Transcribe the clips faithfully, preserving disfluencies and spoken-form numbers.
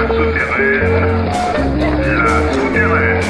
la souterraine, la souterraine.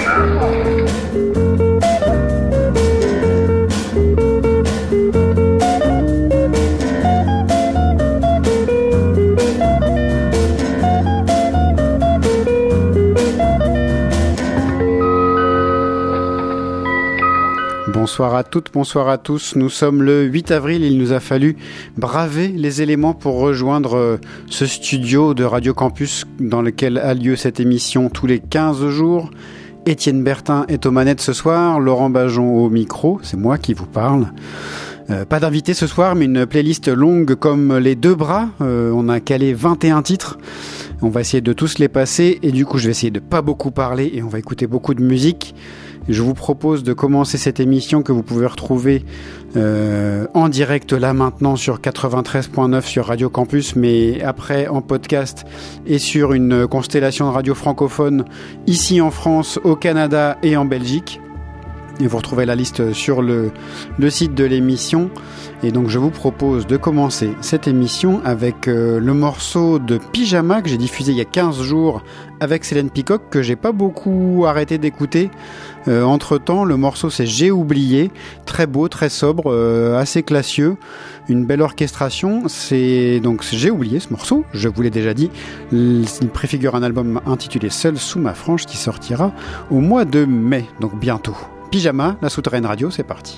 Bonsoir à toutes, bonsoir à tous. Nous sommes le huit avril. Il nous a fallu braver les éléments pour rejoindre ce studio de Radio Campus dans lequel a lieu cette émission tous les quinze jours. Étienne Bertin est aux manettes ce soir, Laurent Bajon au micro, c'est moi qui vous parle. Euh, pas d'invité ce soir, mais une playlist longue comme les deux bras. Euh, on a calé vingt et un titres. On va essayer de tous les passer et du coup je vais essayer de pas beaucoup parler et on va écouter beaucoup de musique. Je vous propose de commencer cette émission que vous pouvez retrouver euh, en direct là maintenant sur quatre-vingt-treize neuf sur Radio Campus, mais après en podcast et sur une constellation de radio francophone ici en France, au Canada et en Belgique. Et vous retrouvez la liste sur le, le site de l'émission. Et donc je vous propose de commencer cette émission avec euh, le morceau de Pyjama que j'ai diffusé il y a quinze jours avec Célène Picoc, que j'ai pas beaucoup arrêté d'écouter. Euh, entre temps, le morceau c'est J'ai oublié, très beau, très sobre, euh, assez classieux, une belle orchestration. C'est donc J'ai oublié ce morceau, je vous l'ai déjà dit. Il préfigure un album intitulé Seul sous ma frange qui sortira au mois de mai, donc bientôt. Pyjama, la souterraine radio, c'est parti.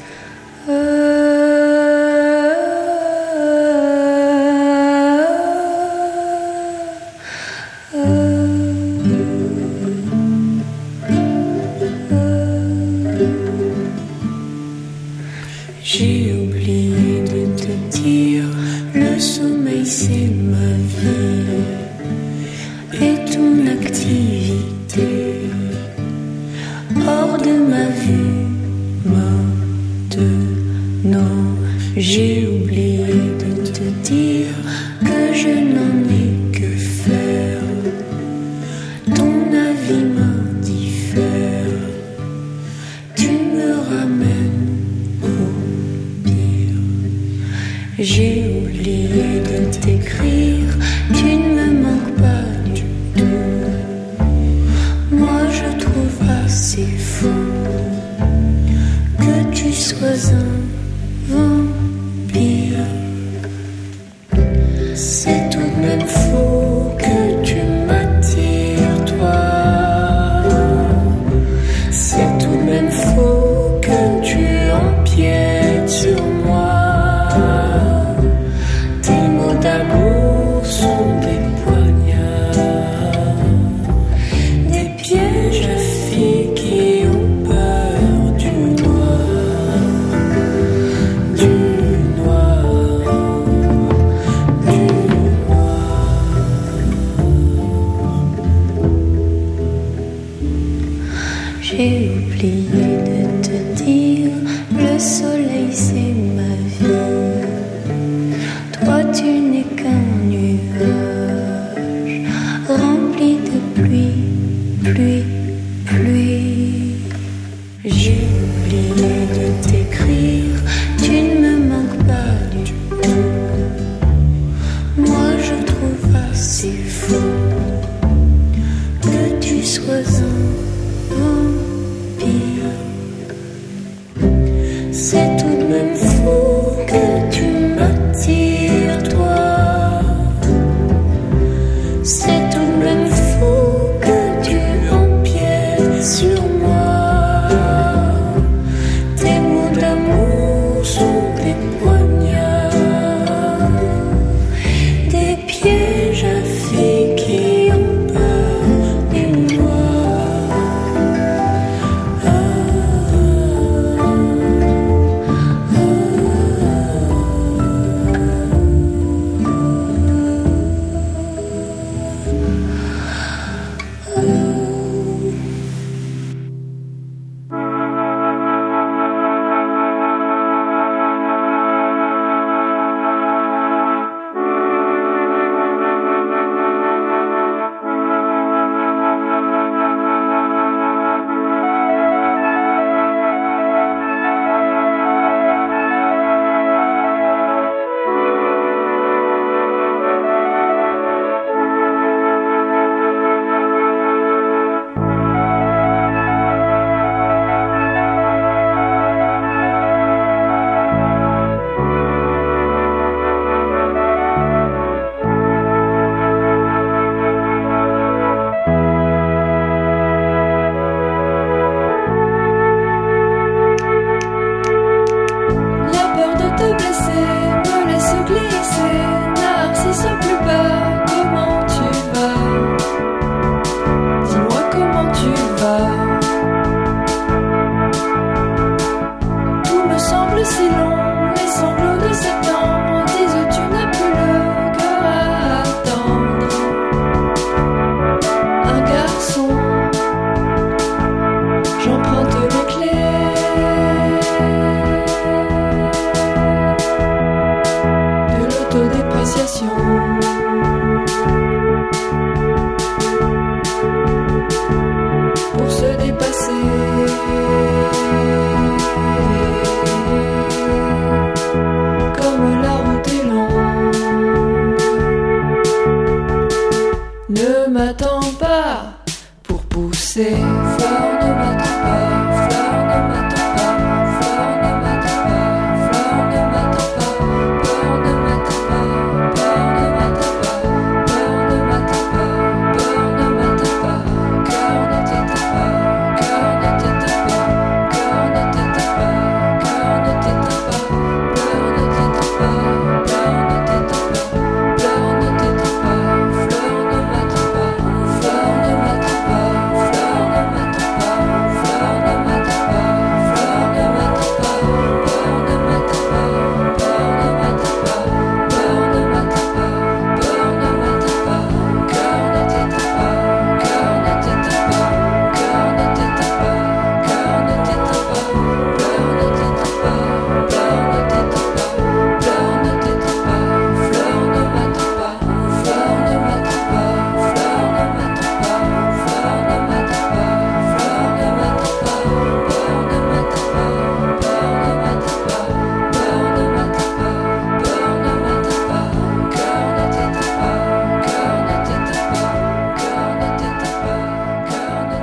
J'ai oublié de te dire, le sommeil c'est ma vie et ton activité hors de ma vue maintenant. J'ai oublié de te dire que je n'en ai que faire. Ton avis m'indiffère. Tu me ramènes au pire. J'ai oublié de t'écrire. Tu ne me manques pas du tout. Moi je trouve assez faux que tu sois un vampire. C'est tout de même faux que tu m'attires, toi. C'est tout de même faux que tu empiètes sur moi. Tes mots d'amour sont des poignards, des pièges à filles qui ont peur du noir, du noir, du noir. J'ai oublié de te dire, le soleil c'est ma vie. Toi tu n'es qu'un nuage rempli de pluie, pluie, pluie. J'ai oublié de t'écrire, tu ne me manques pas du tout. Moi je trouve assez faux que tu sois un vampire. C'est tout de même faux que tu m'attires, toi. C'est tout de même faux que tu empiètes sur moi. Tes mots d'amour sont des poignards, des pièges à filles qui ont peur du noir. Ah, ah, ah. ne m'attends pas pour pousser. Fleur ne m'attends pas, fleur ne m'attends pas, fleur ne m'attends pas, fleur ne m'attends pas, peur ne m'attends pas, peur ne m'attends pas, peur ne m'attends pas, peur ne m'attends pas, cœur ne t'attend pas, cœur ne t'attend pas, cœur ne t'attend pas, cœur ne t'attend pas, peur ne t'attend pas, peur ne t'attend pas, peur ne t'attend pas, fleur ne m'attend pas, fleur ne m'attend pas, fleur ne m'attend pas, fleur ne m'attend pas, fleur ne m'attend pas, peur ne m'attend pas, peur ne m'attend pas, peur ne m'attend pas, peur ne m'attend pas, cœur ne t'attend pas, cœur ne t'attend pas, cœur ne t'attend pas, cœur ne t'attend pas, peur ne t'attend pas, peur ne t'attend pas, peur ne t'attend pas, fleur ne m'attend pas, fleur ne m'attend pas, fleur ne m'attend pas, fleur ne m'attend pas, fleur ne m'attend pas, peur ne m'attend pas, peur ne m'attend pas, peur ne m'attend pas, peur ne m'attend pas, cœur ne t'attend pas, cœur ne t'attend pas, cœur ne t'attend pas, cœur ne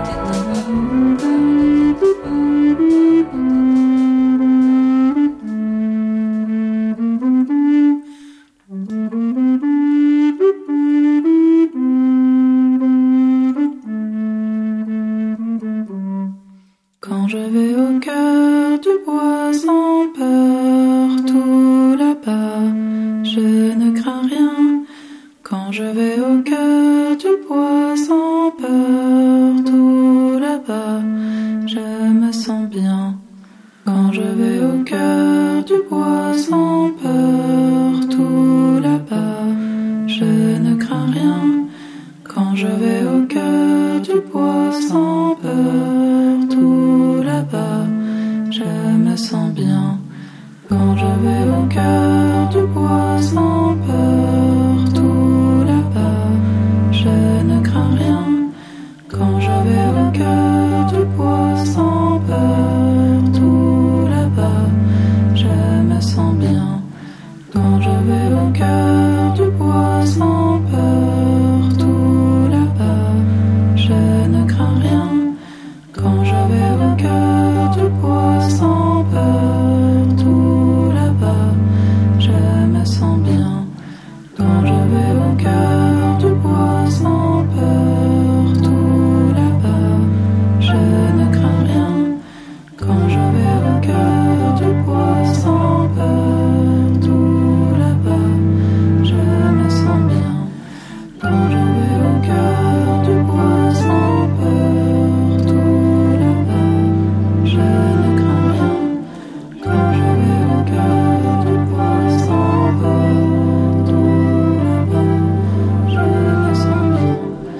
Quand je vais au cœur du bois sans peur, tout là-bas, je ne crains rien. Quand je vais au cœur du bois sans peur, tout là-bas, je me sens bien. Quand je vais au cœur du bois sans peur, tout là-bas, je ne crains rien. Quand je vais au cœur du bois sans peur, tout là-bas, je me sens bien. Quand je vais au cœur du bois sans peur, tout là-bas, je ne crains rien. Quand je vais au cœur du bois sans peur, tout là-bas, je me sens bien. Quand je vais au cœur du bois sans peur, tout là-bas, je ne crains rien. Quand je vais au cœur du bois sans peur, tout là-bas, je me sens bien. Quand je vais au cœur du bois sans peur, tout là-bas, je ne crains rien. Quand je vais au cœur du bois sans peur, tout là-bas, je me sens bien. Quand je vais au cœur du bois sans peur, tout là-bas, je ne crains rien. Quand je vais au cœur du bois sans peur, tout là-bas, je me sens bien.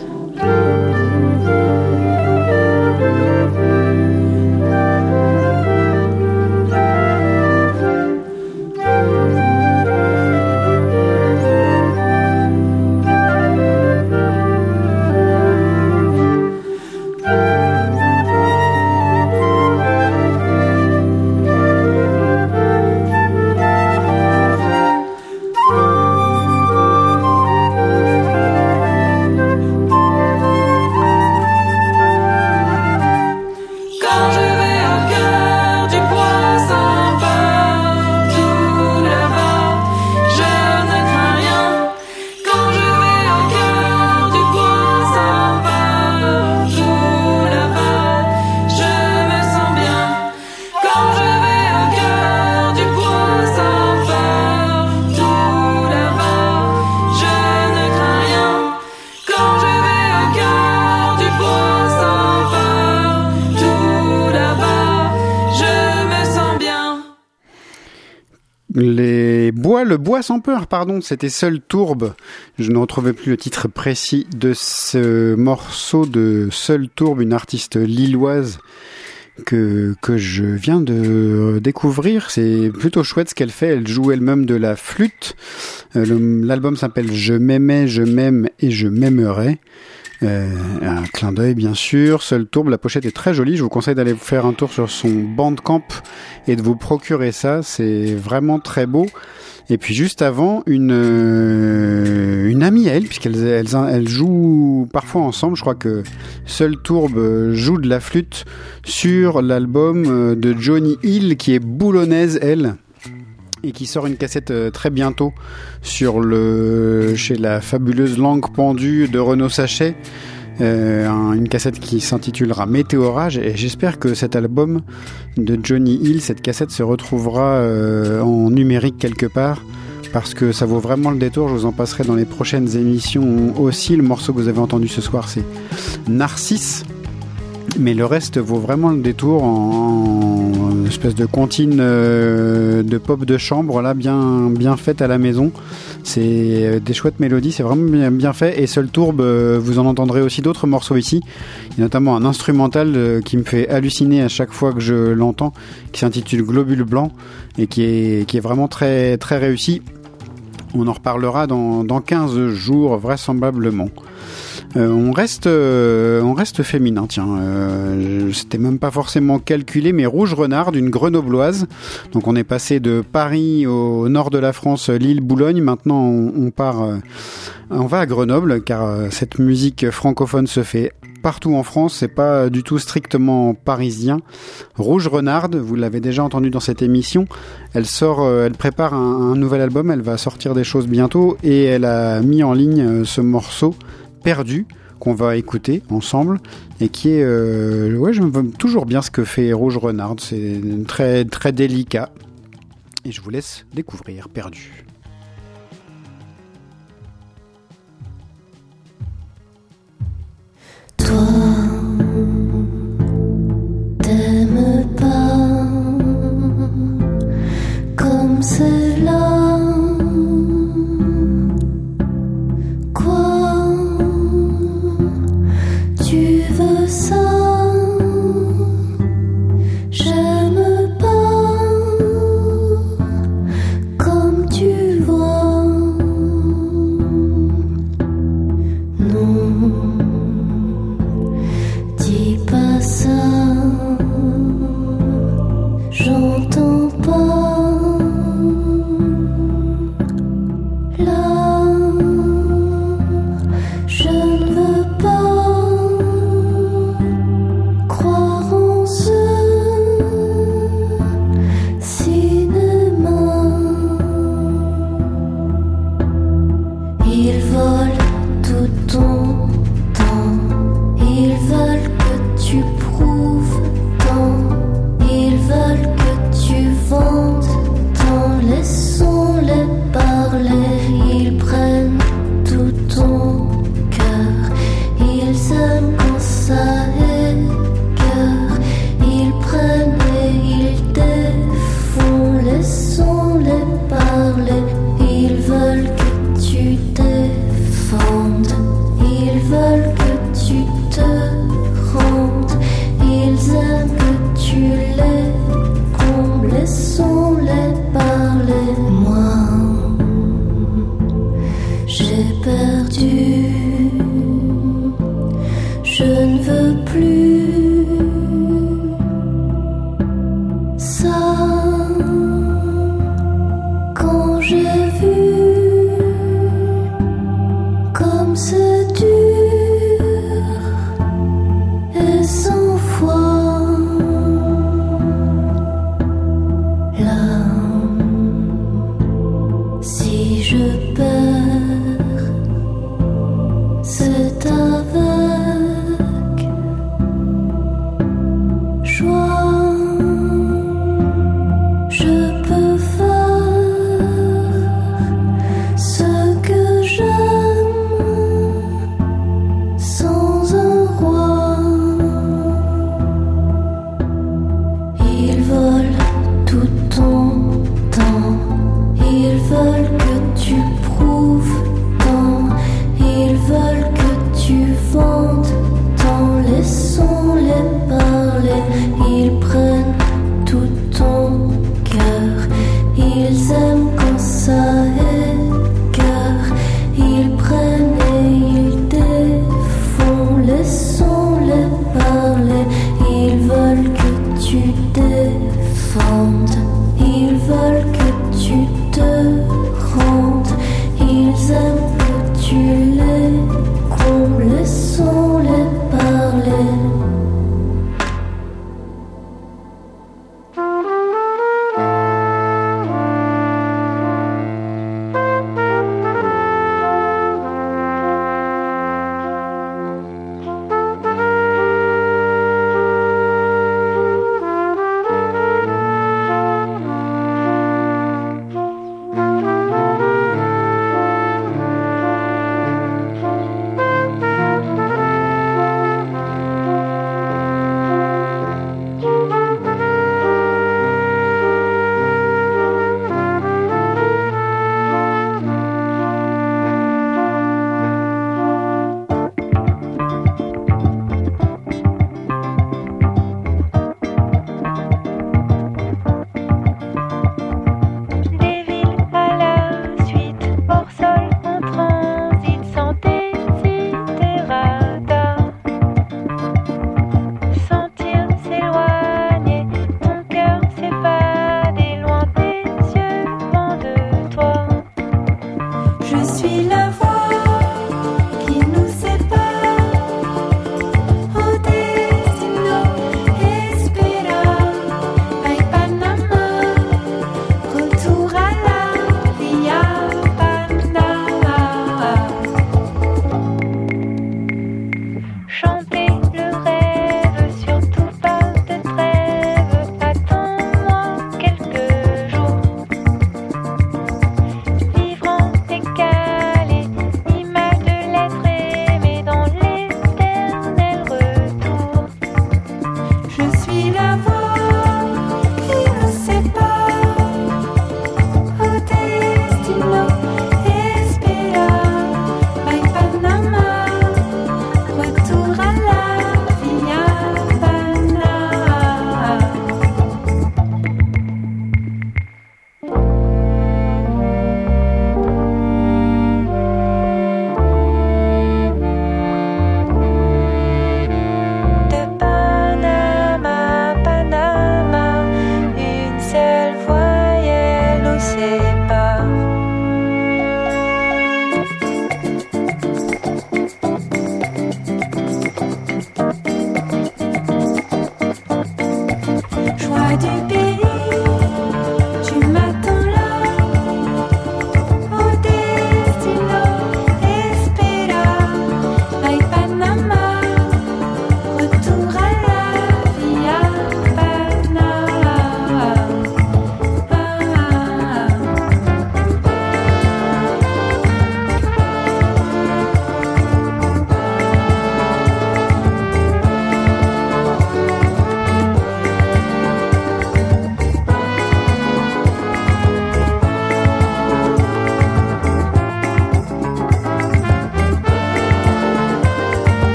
Quand je vais au cœur du bois sans peur, tout là-bas, je ne crains rien. Quand je vais au cœur du bois sans peur, tout là-bas, je me sens bien. Quand je vais au cœur du bois sans peur, tout là-bas, je ne crains rien. Quand je vais au cœur du bois sans peur, tout là-bas, je me sens bien. Les bois, le bois sans peur, pardon, c'était Seul Tourbe. Je ne retrouvais plus le titre précis de ce morceau de Seul Tourbe, une artiste lilloise que que je viens de découvrir. C'est plutôt chouette ce qu'elle fait. Elle joue elle-même de la flûte. Euh, le- l'album s'appelle Je m'aimais, je m'aime et je m'aimerai. Euh, un clin d'œil bien sûr. Seul Tourbe, la pochette est très jolie. Je vous conseille d'aller faire un tour sur son Bandcamp et de vous procurer ça. C'est vraiment très beau. Et puis juste avant, une, euh, une amie à elle, puisqu'elles elles, elles jouent parfois ensemble. Je crois que Seul Tourbe joue de la flûte sur l'album de Johnny Hill, qui est boulonnaise, elle, et qui sort une cassette très bientôt sur le, chez la fabuleuse Langue Pendue de Renaud Sachet. Euh, un, une cassette qui s'intitulera Météorage, et j'espère que cet album de Johnny Hill, cette cassette se retrouvera euh, en numérique quelque part, parce que ça vaut vraiment le détour. Je vous en passerai dans les prochaines émissions aussi. Le morceau que vous avez entendu ce soir, c'est Narcisse, mais le reste vaut vraiment le détour en, en espèce de comptine euh, de pop de chambre là, bien, bien faite à la maison. C'est des chouettes mélodies, c'est vraiment bien, bien fait. Et Seul Tourbe, euh, vous en entendrez aussi d'autres morceaux ici. Il y a notamment un instrumental euh, qui me fait halluciner à chaque fois que je l'entends, qui s'intitule Globule Blanc, et qui est, qui est vraiment très, très réussi. On en reparlera dans, dans quinze jours, vraisemblablement. Euh, on reste, euh, on reste féminin, tiens. Euh, c'était même pas forcément calculé, mais Rouge Renard, une grenobloise. Donc on est passé de Paris au nord de la France, Lille, Boulogne. Maintenant on, on part, euh, on va à Grenoble, car euh, cette musique francophone se fait partout en France. C'est pas du tout strictement parisien. Rouge Renard, vous l'avez déjà entendu dans cette émission. Elle sort, euh, elle prépare un, un nouvel album. Elle va sortir des choses bientôt, et elle a mis en ligne euh, ce morceau Perdu, qu'on va écouter ensemble, et qui est euh, ouais, j'aime toujours bien ce que fait Rouge Renard. C'est très très délicat, et je vous laisse découvrir Perdu. Toi, t'aimes pas comme cela. Tu veux ça, j'aime pas, comme tu vois. Non, dis pas ça, j'entends pas. Là, je ne veux pas croire en ce cinéma. Ils volent tout ton temps, ils veulent que tu prouves tant, ils veulent que tu vendes tant. Laissons-les parler, ils prennent tout ton cœur, ils aiment quand ça écoeure, ils prennent et ils défont. Laissons-les parler, ils veulent que tu défendes, ils veulent que tu te rendes, ils aiment que tu les combles. Laissons-les parler. Moi, j'ai perdu, je ne veux plus ça. Quand j'ai vu comme c'est dur et sans foi, là, si je perds, c'est avec joie. Je peux faire ce que j'aime sans un roi. Ils volent tout ton temps, ils veulent que tu prouves tant, ils veulent que tu vends.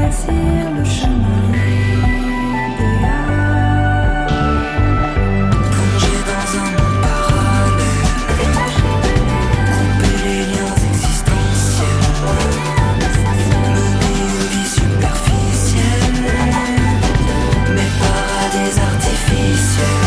choisir le chemin idéal. Plonger dans un monde parallèle, couper les liens existentiels, mener une vie superficielle, mais paradis artificiels.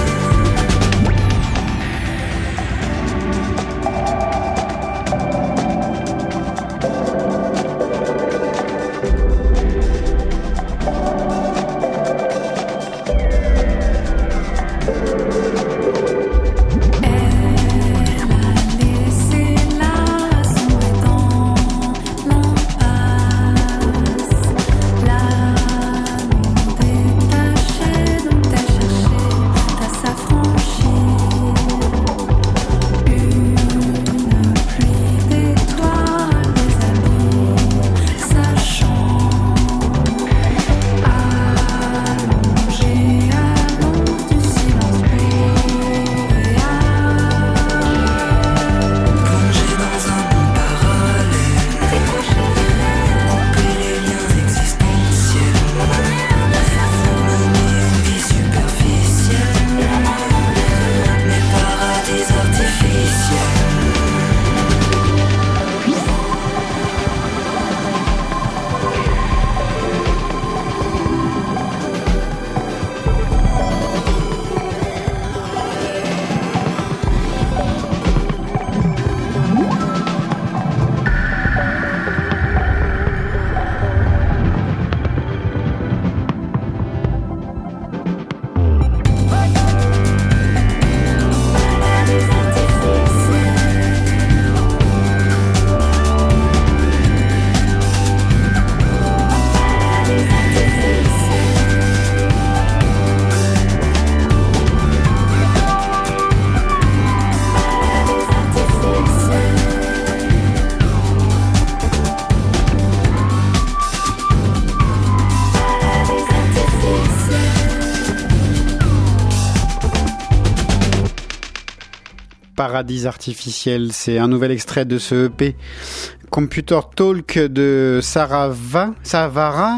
Paradis artificiel, c'est un nouvel extrait de ce E P Computer Talk de Sarava, Savara,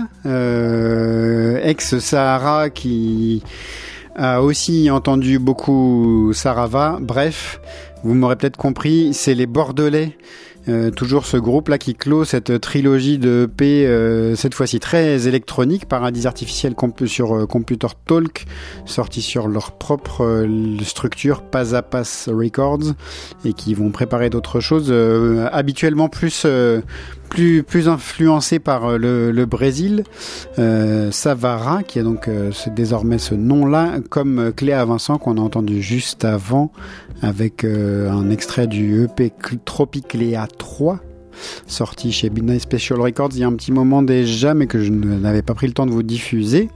euh, ex-Sahara, qui a aussi entendu beaucoup Sarava. Bref, vous m'aurez peut-être compris, c'est les Bordelais. Euh, toujours ce groupe-là qui clôt cette trilogie de E P, euh, cette fois-ci très électronique, Paradis artificiel comp- sur euh, Computer Talk, sorti sur leur propre euh, structure, Pas à Pas Records, et qui vont préparer d'autres choses, euh, habituellement plus euh, plus plus influencé par euh, le, le Brésil. Euh, Savara, qui a donc euh, c'est désormais ce nom-là, comme euh, Cléa Vincent qu'on a entendu juste avant, avec euh, un extrait du E P Tropicléa trois, sorti chez Midnight Special Records il y a un petit moment déjà, mais que je n'avais pas pris le temps de vous diffuser.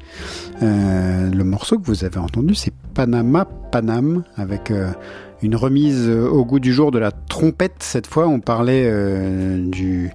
Euh, le morceau que vous avez entendu, c'est Panama Panam, avec euh, une remise euh, au goût du jour de la trompette. Cette fois, on parlait euh, du,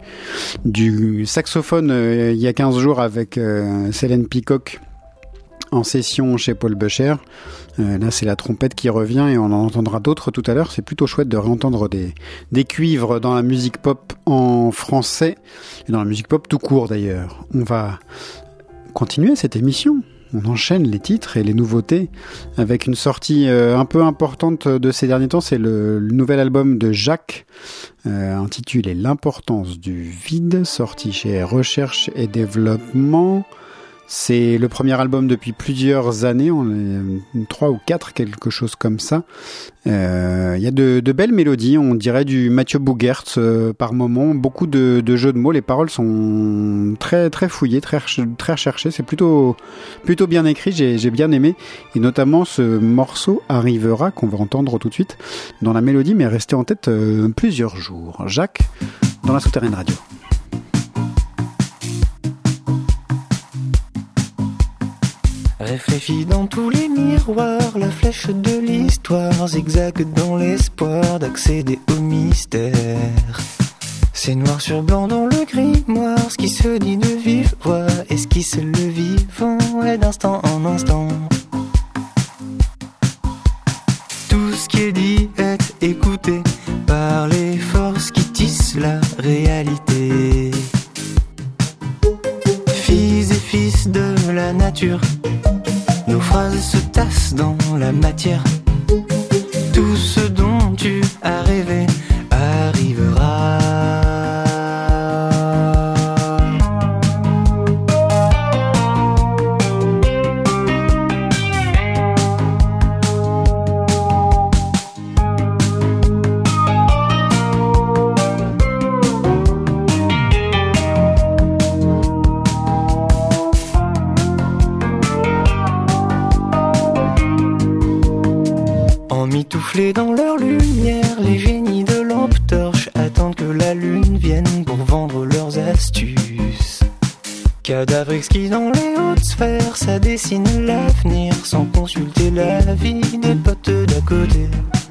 du saxophone euh, il y a quinze jours avec euh, Célène Peacock en session chez Paul Bucher. Euh, là, c'est la trompette qui revient et on en entendra d'autres tout à l'heure. C'est plutôt chouette de réentendre des, des cuivres dans la musique pop en français et dans la musique pop tout court d'ailleurs. On va continuer cette émission. On enchaîne les titres et les nouveautés avec une sortie euh, un peu importante de ces derniers temps. C'est le, le nouvel album de Jacques, euh, intitulé L'importance du vide, sorti chez Recherche et Développement. C'est le premier album depuis plusieurs années, on est trois ou quatre, quelque chose comme ça. Il euh, y a de, de belles mélodies, on dirait du Mathieu Bougert euh, par moment, beaucoup de, de jeux de mots. Les paroles sont très très fouillées, très très recherchées. C'est plutôt plutôt bien écrit, j'ai, j'ai bien aimé. Et notamment ce morceau Arrivera qu'on va entendre tout de suite dans la mélodie, mais resté en tête euh, plusieurs jours. Jacques dans la Souterraine Radio. Réfléchis dans tous les miroirs, la flèche de l'histoire zigzague dans l'espoir d'accéder au mystère. C'est noir sur blanc dans le grimoire, ce qui se dit de vive voix esquisse le vivant et d'instant en instant. Tout ce qui est dit est écouté par les forces qui tissent la réalité. la nature. Nos phrases se tassent dans la matière. Tout ce dont tu as rêvé arrivera. Mitouflés dans leur lumière, les génies de lampe torche attendent que la lune vienne pour vendre leurs astuces. Cadavre exquis dans les hautes sphères, ça dessine l'avenir sans consulter la vie des potes d'à côté.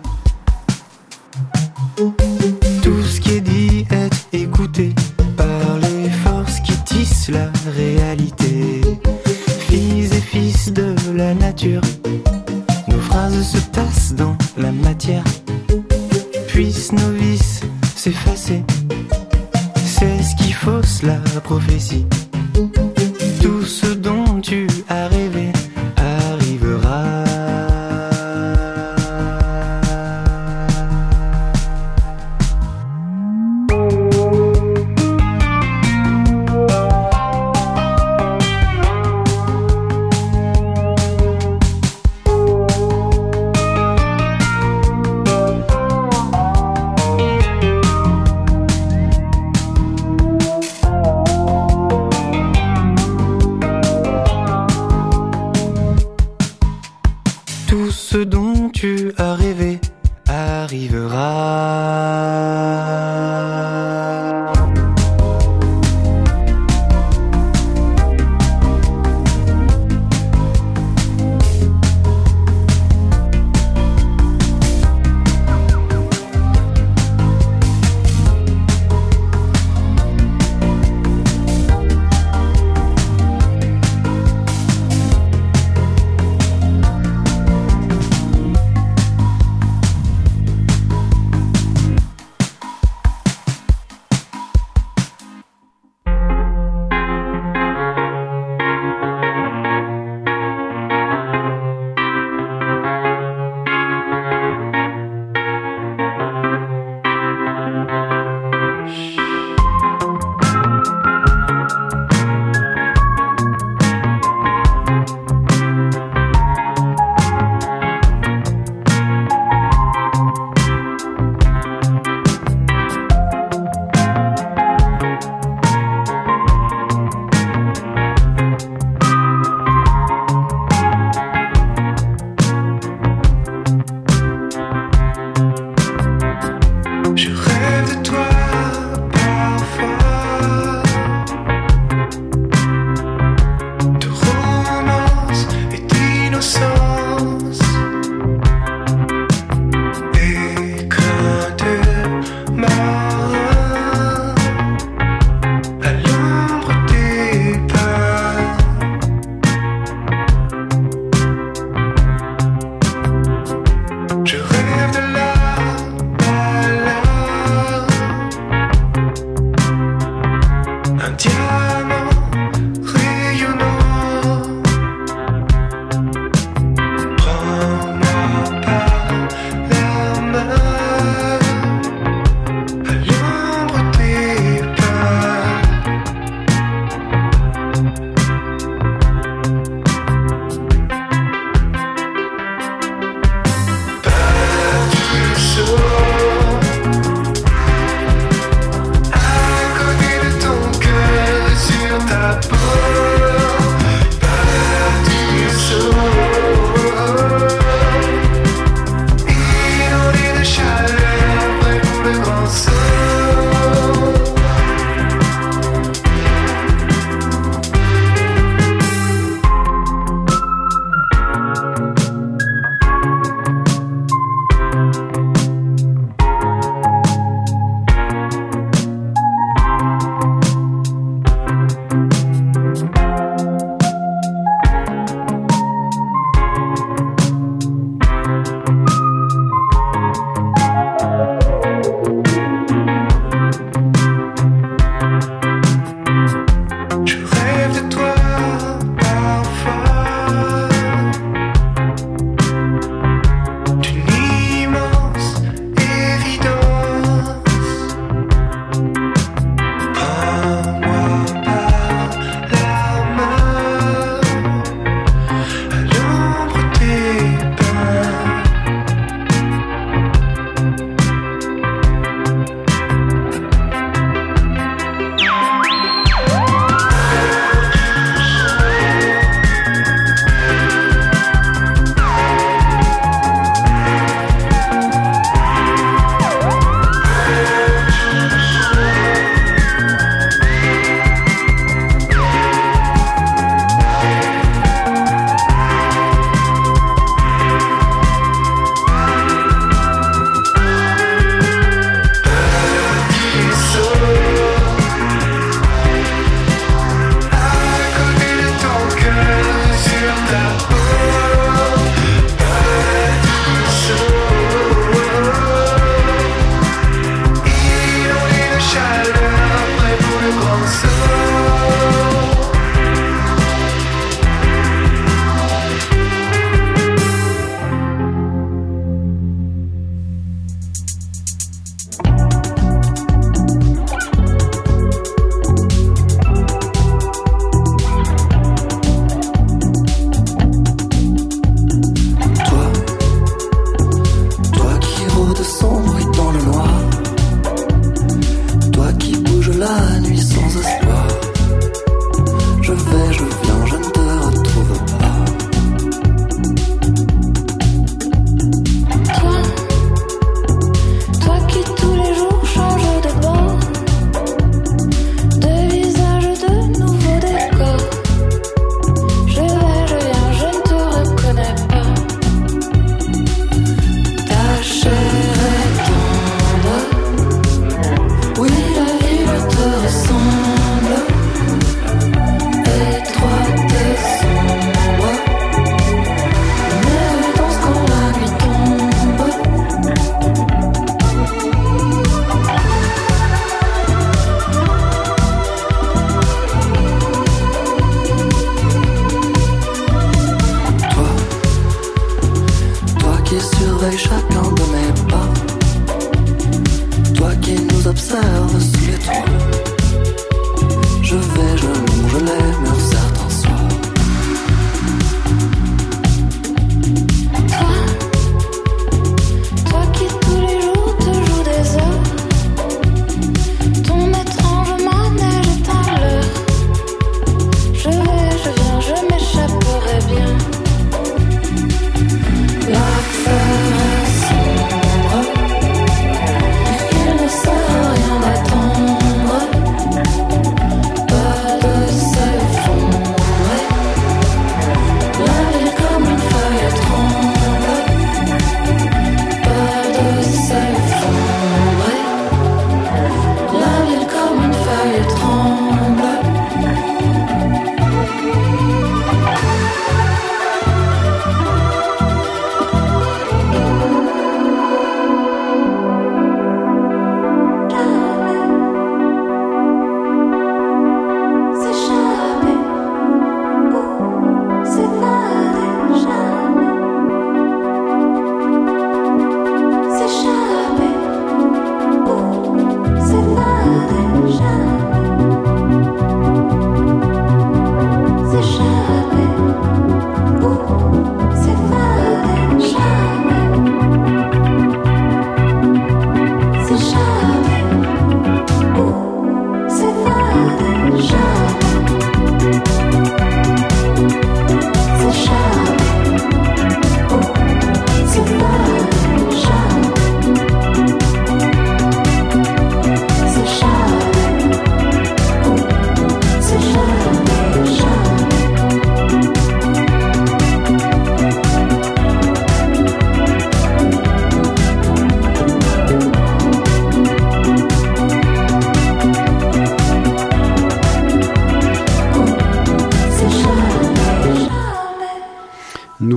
Tout ce qui est dit est écouté par les forces qui tissent la réalité. Fils et fils de la nature, nos phrases se tassent dans la matière. Puissent nos vices s'effacer, c'est ce qui fausse la prophétie. Tout ce dont tu as rêvé arrivera. Ce dont tu as rêvé arrivera. À côté de ton cœur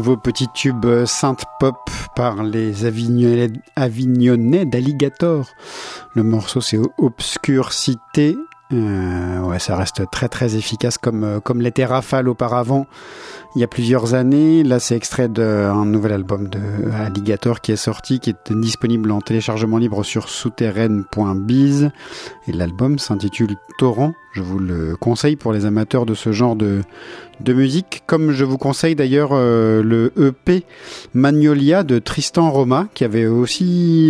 nouveau petit tube synth-pop par les Avignonnais, Avignonnais d'Alligator. Le morceau c'est Obscurcité. Euh, ouais, ça reste très très efficace comme, comme l'était Rafale auparavant il y a plusieurs années. Là c'est extrait d'un nouvel album de Alligator qui est sorti, qui est disponible en téléchargement libre sur souterraine point biz, et l'album s'intitule Torrent. Je vous le conseille pour les amateurs de ce genre de, de musique, comme je vous conseille d'ailleurs euh, le E P Magnolia de Tristan Roma, qui avait aussi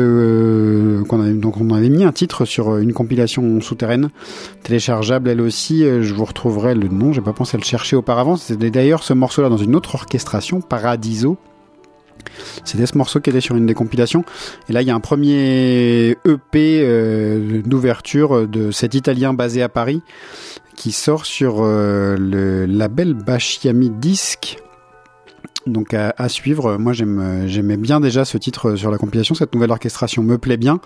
euh, qu'on avait, donc on avait mis un titre sur une compilation souterraine téléchargeable elle aussi. Je vous retrouverai le nom, j'ai pas pensé à le chercher auparavant. C'était d'ailleurs ce morceau-là dans une autre orchestration, Paradiso. C'était ce morceau qui était sur une des compilations. Et là, il y a un premier E P euh, d'ouverture de cet Italien basé à Paris qui sort sur euh, le label Bashiami Disc. Donc à, à suivre. Moi, j'aime, j'aimais bien déjà ce titre sur la compilation. Cette nouvelle orchestration me plaît bien.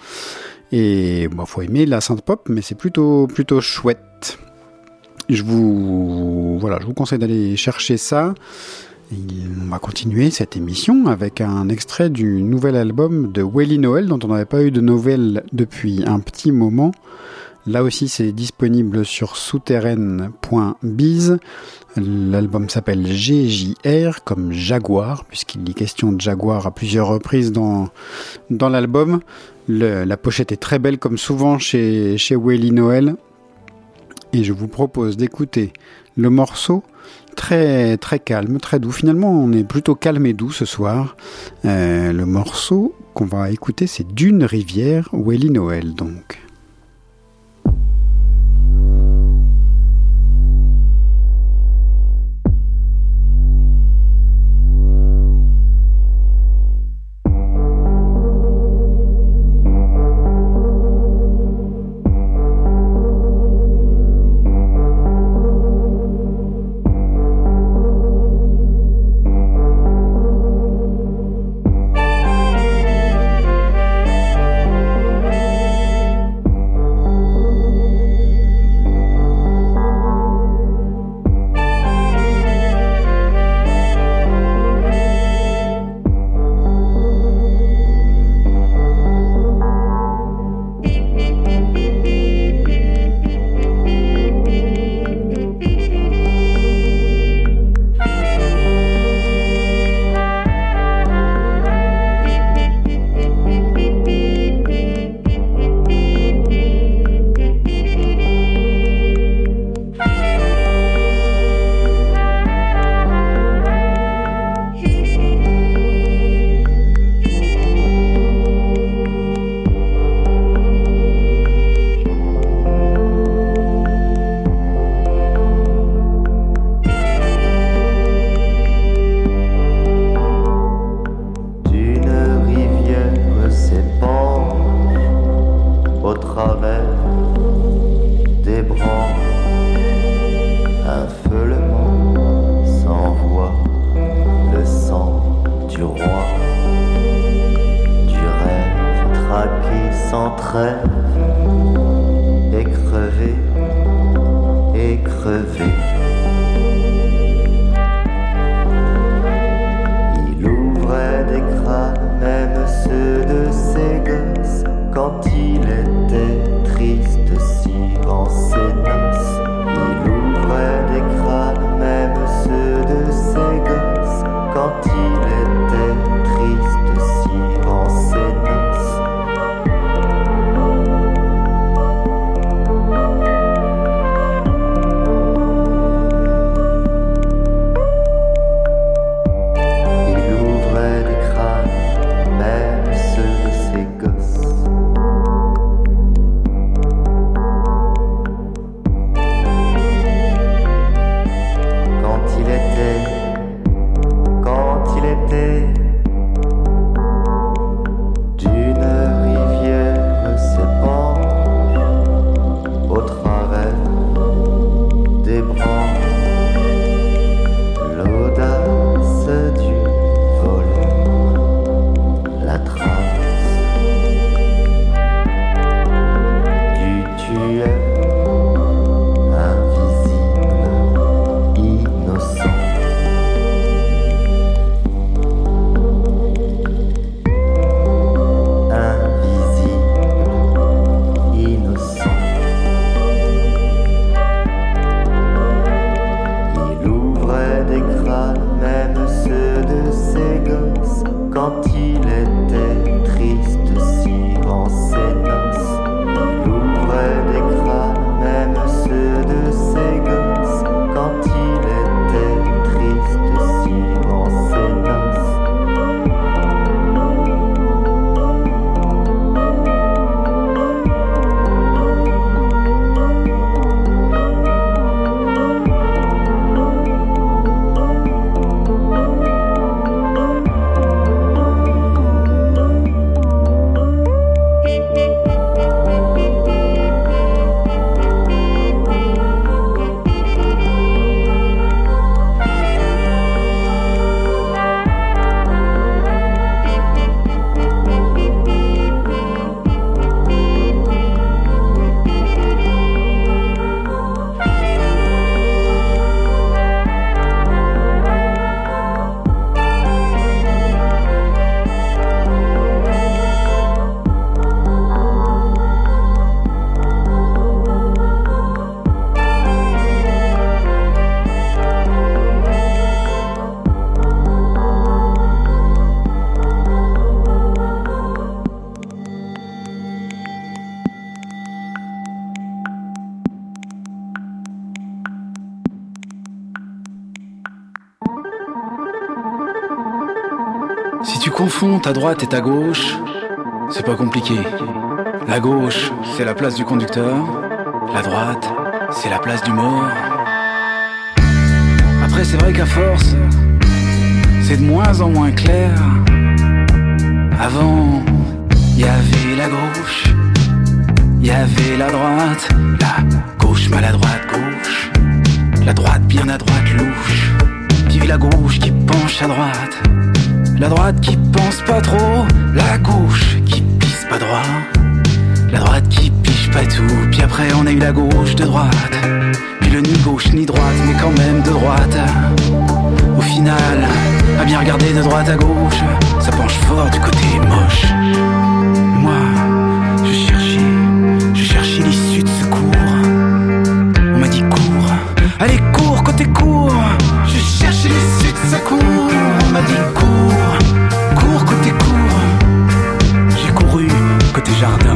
Et bon, faut aimer la synth-pop, mais c'est plutôt plutôt chouette. Je vous voilà, je vous conseille d'aller chercher ça. Et on va continuer cette émission avec un extrait du nouvel album de Willie Noel, dont on n'avait pas eu de nouvelles depuis un petit moment. Là aussi, c'est disponible sur souterraine point biz. L'album s'appelle G J R, comme Jaguar, puisqu'il y est question de Jaguar à plusieurs reprises dans, dans l'album. Le, la pochette est très belle, comme souvent chez, chez Willie Noel. Et je vous propose d'écouter le morceau très très calme, très doux. Finalement, on est plutôt calme et doux ce soir. Euh, le morceau qu'on va écouter, c'est D'une rivière, Willie Noel donc. Thank you. tu confonds ta droite et ta gauche, c'est pas compliqué. La gauche, c'est la place du conducteur. La droite, c'est la place du mort. Après, c'est vrai qu'à force, c'est de moins en moins clair. Avant, il y avait la gauche, il y avait la droite. La gauche maladroite gauche, la droite bien à droite louche. Puis la gauche qui penche à droite, la droite qui pense pas trop, la gauche qui pisse pas droit, la droite qui piche pas tout. Puis après on a eu la gauche de droite, puis le ni gauche ni droite mais quand même de droite. Au final, à bien regarder de droite à gauche, ça penche fort du côté moche. Moi, je cherchais, je cherchais l'issue de ce cours. On m'a dit cours, allez cours côté cours. Je cherchais l'issue de ce cours. On m'a dit cours, cours côté cours. J'ai couru côté jardin.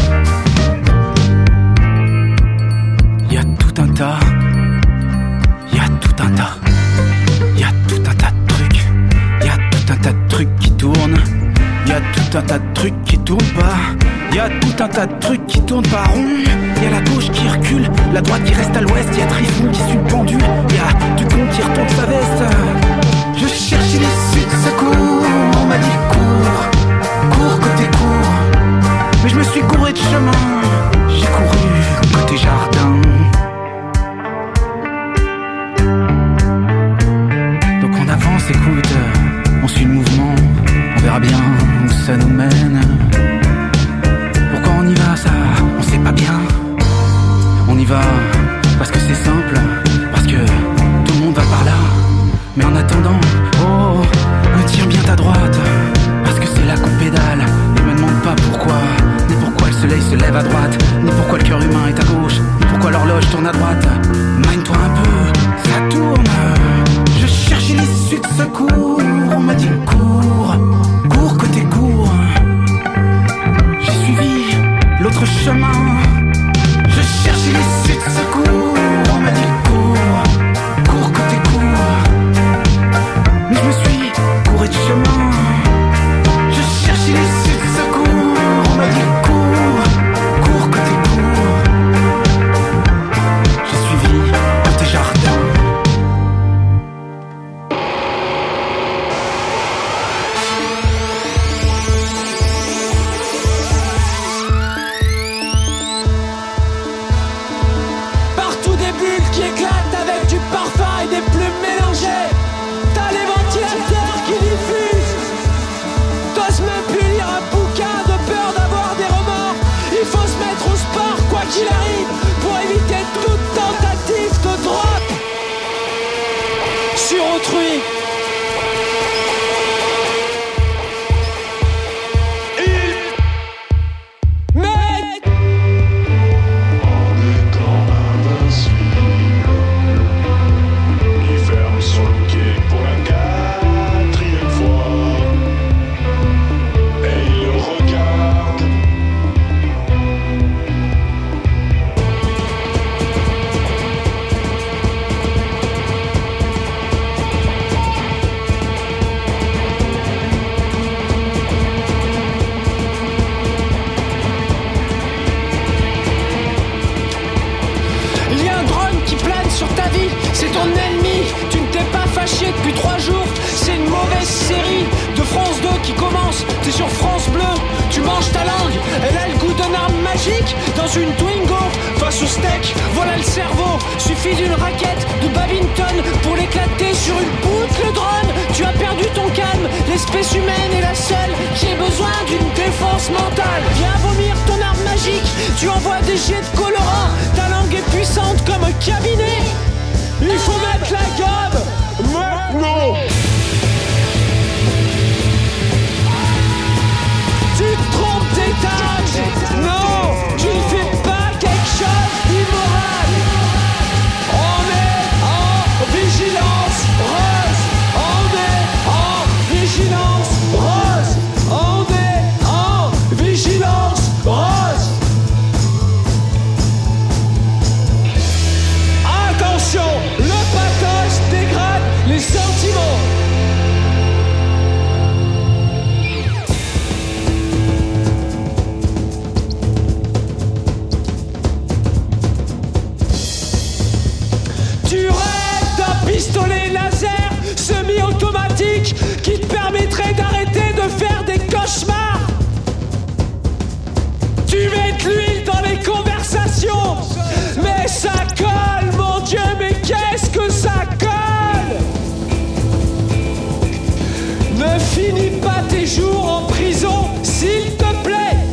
Y a tout un tas, y a tout un tas, y a tout un tas de trucs, y a tout un tas de trucs qui tournent, y a tout un tas de trucs qui tournent pas, y a tout un tas de trucs qui tournent pas rond. Y a la gauche qui recule, la droite qui reste à l'ouest, y a Trifon qui suit le pendu, y a du con qui retombe sa veste. Je cherchais l'issue de ce cours, on m'a dit cours, cours côté cours. Mais je me suis couré de chemin, j'ai couru côté jardin. Donc on avance, écoute, on suit le mouvement, on verra bien où ça nous mène. Pourquoi on y va, ça, on sait pas bien. On y va parce que c'est simple, parce que tout le monde va par là. Mais en attendant, oh, tiens bien ta droite, parce que c'est là qu'on pédale. Ne me demande pas pourquoi, ni pourquoi le soleil se lève à droite, ni pourquoi le cœur humain est à gauche, ni pourquoi l'horloge tourne à droite. Mine-toi un peu, ça tourne. Je cherchais l'issue de ce cours, on m'a dit cours, cours côté cours. J'ai suivi l'autre chemin. Je cherchais l'issue de ce cours, on m'a dit cours, cours côté cours. Mais je me suis couru de chemin. Je cherchais l'issue de ce cours, on m'a dit cours, cours côté cours. J'ai suivi dans tes jardins. Partout des bulles qui éclatent avec du parfum et des plumes mélangées. T'as les ventilateurs qui diffusent. T'oses même plus lire un bouquin de peur d'avoir des remords. Il faut se mettre au sport quoi qu'il arrive pour éviter toute tentative de drogue sur autrui. Mais Il ferme sur le quai pour la quatrième fois. Et il le regarde. il y a un drone qui plane sur ta vie, c'est ton ennemi. Tu ne t'es pas fâché depuis trois jours. C'est une mauvaise série de France deux qui commence. T'es sur France Bleu, tu manges ta langue. Elle a le goût d'un arme magique dans une Twingo. Face au steak, voilà le cerveau. Suffit d'une raquette de badminton pour l'éclater sur une poutre. Le drone, tu as perdu ton calme. L'espèce humaine est la seule qui ait besoin d'une défense mentale. Viens vomir ton arme magique. Tu envoies des jets de colorant. Ta langue est puissante comme un cabinet. Il faut mettre la gomme maintenant. Tu te trompes d'étage. Non, tu ne fais pas quelque chose d'immoral. On est en vigilance rose. On est en vigilance rose. On est en vigilance rose. À cauchemar. Tu mets de l'huile dans les conversations. Mais ça colle, mon Dieu, mais qu'est-ce que ça colle. Ne finis pas tes jours en prison, s'il te plaît.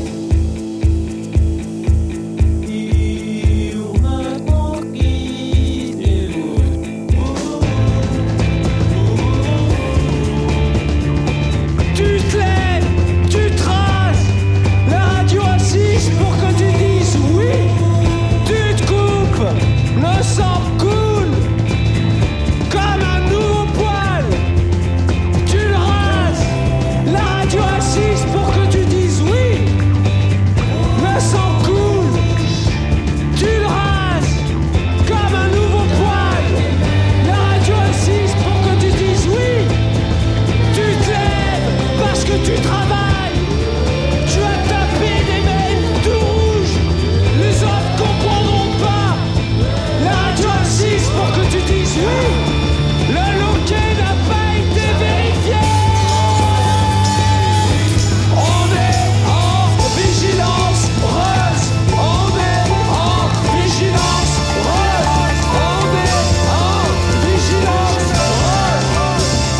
Tu te lèves, tu te rases, la radio assise pour que tu dises oui. Tu te coupes, le sang coule comme un nouveau poil. Tu le rases, la radio assise pour que tu dises oui. Le sang coule, tu le rases comme un nouveau poil. La radio assise pour que tu dises oui. Tu te lèves parce que tu travailles. Tu as tapé des mails tout rouges. Les autres comprendront pas. La radio assise pour que tu dises oui. Le loquet n'a pas été vérifié. On est en vigilance rose. On est en vigilance rose. On est en vigilance rose.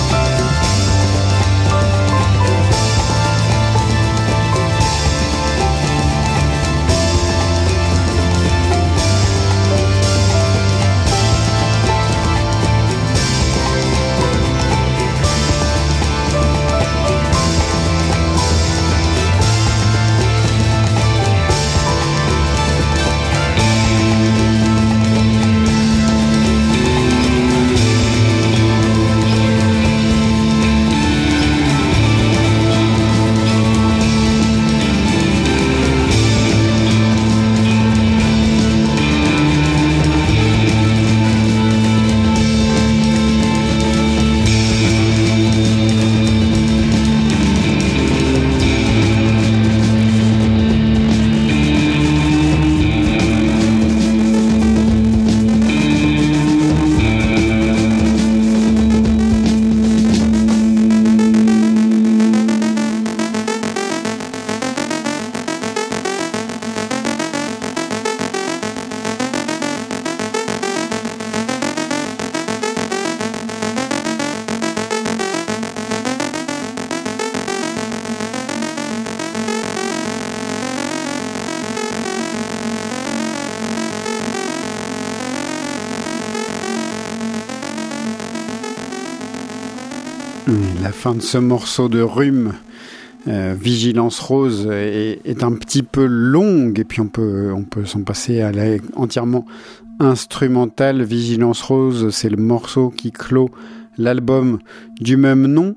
La fin de ce morceau de Rhume, euh, Vigilance Rose, est, est un petit peu longue, et puis on peut, on peut s'en passer à la entièrement instrumentale. Vigilance Rose, c'est le morceau qui clôt l'album du même nom,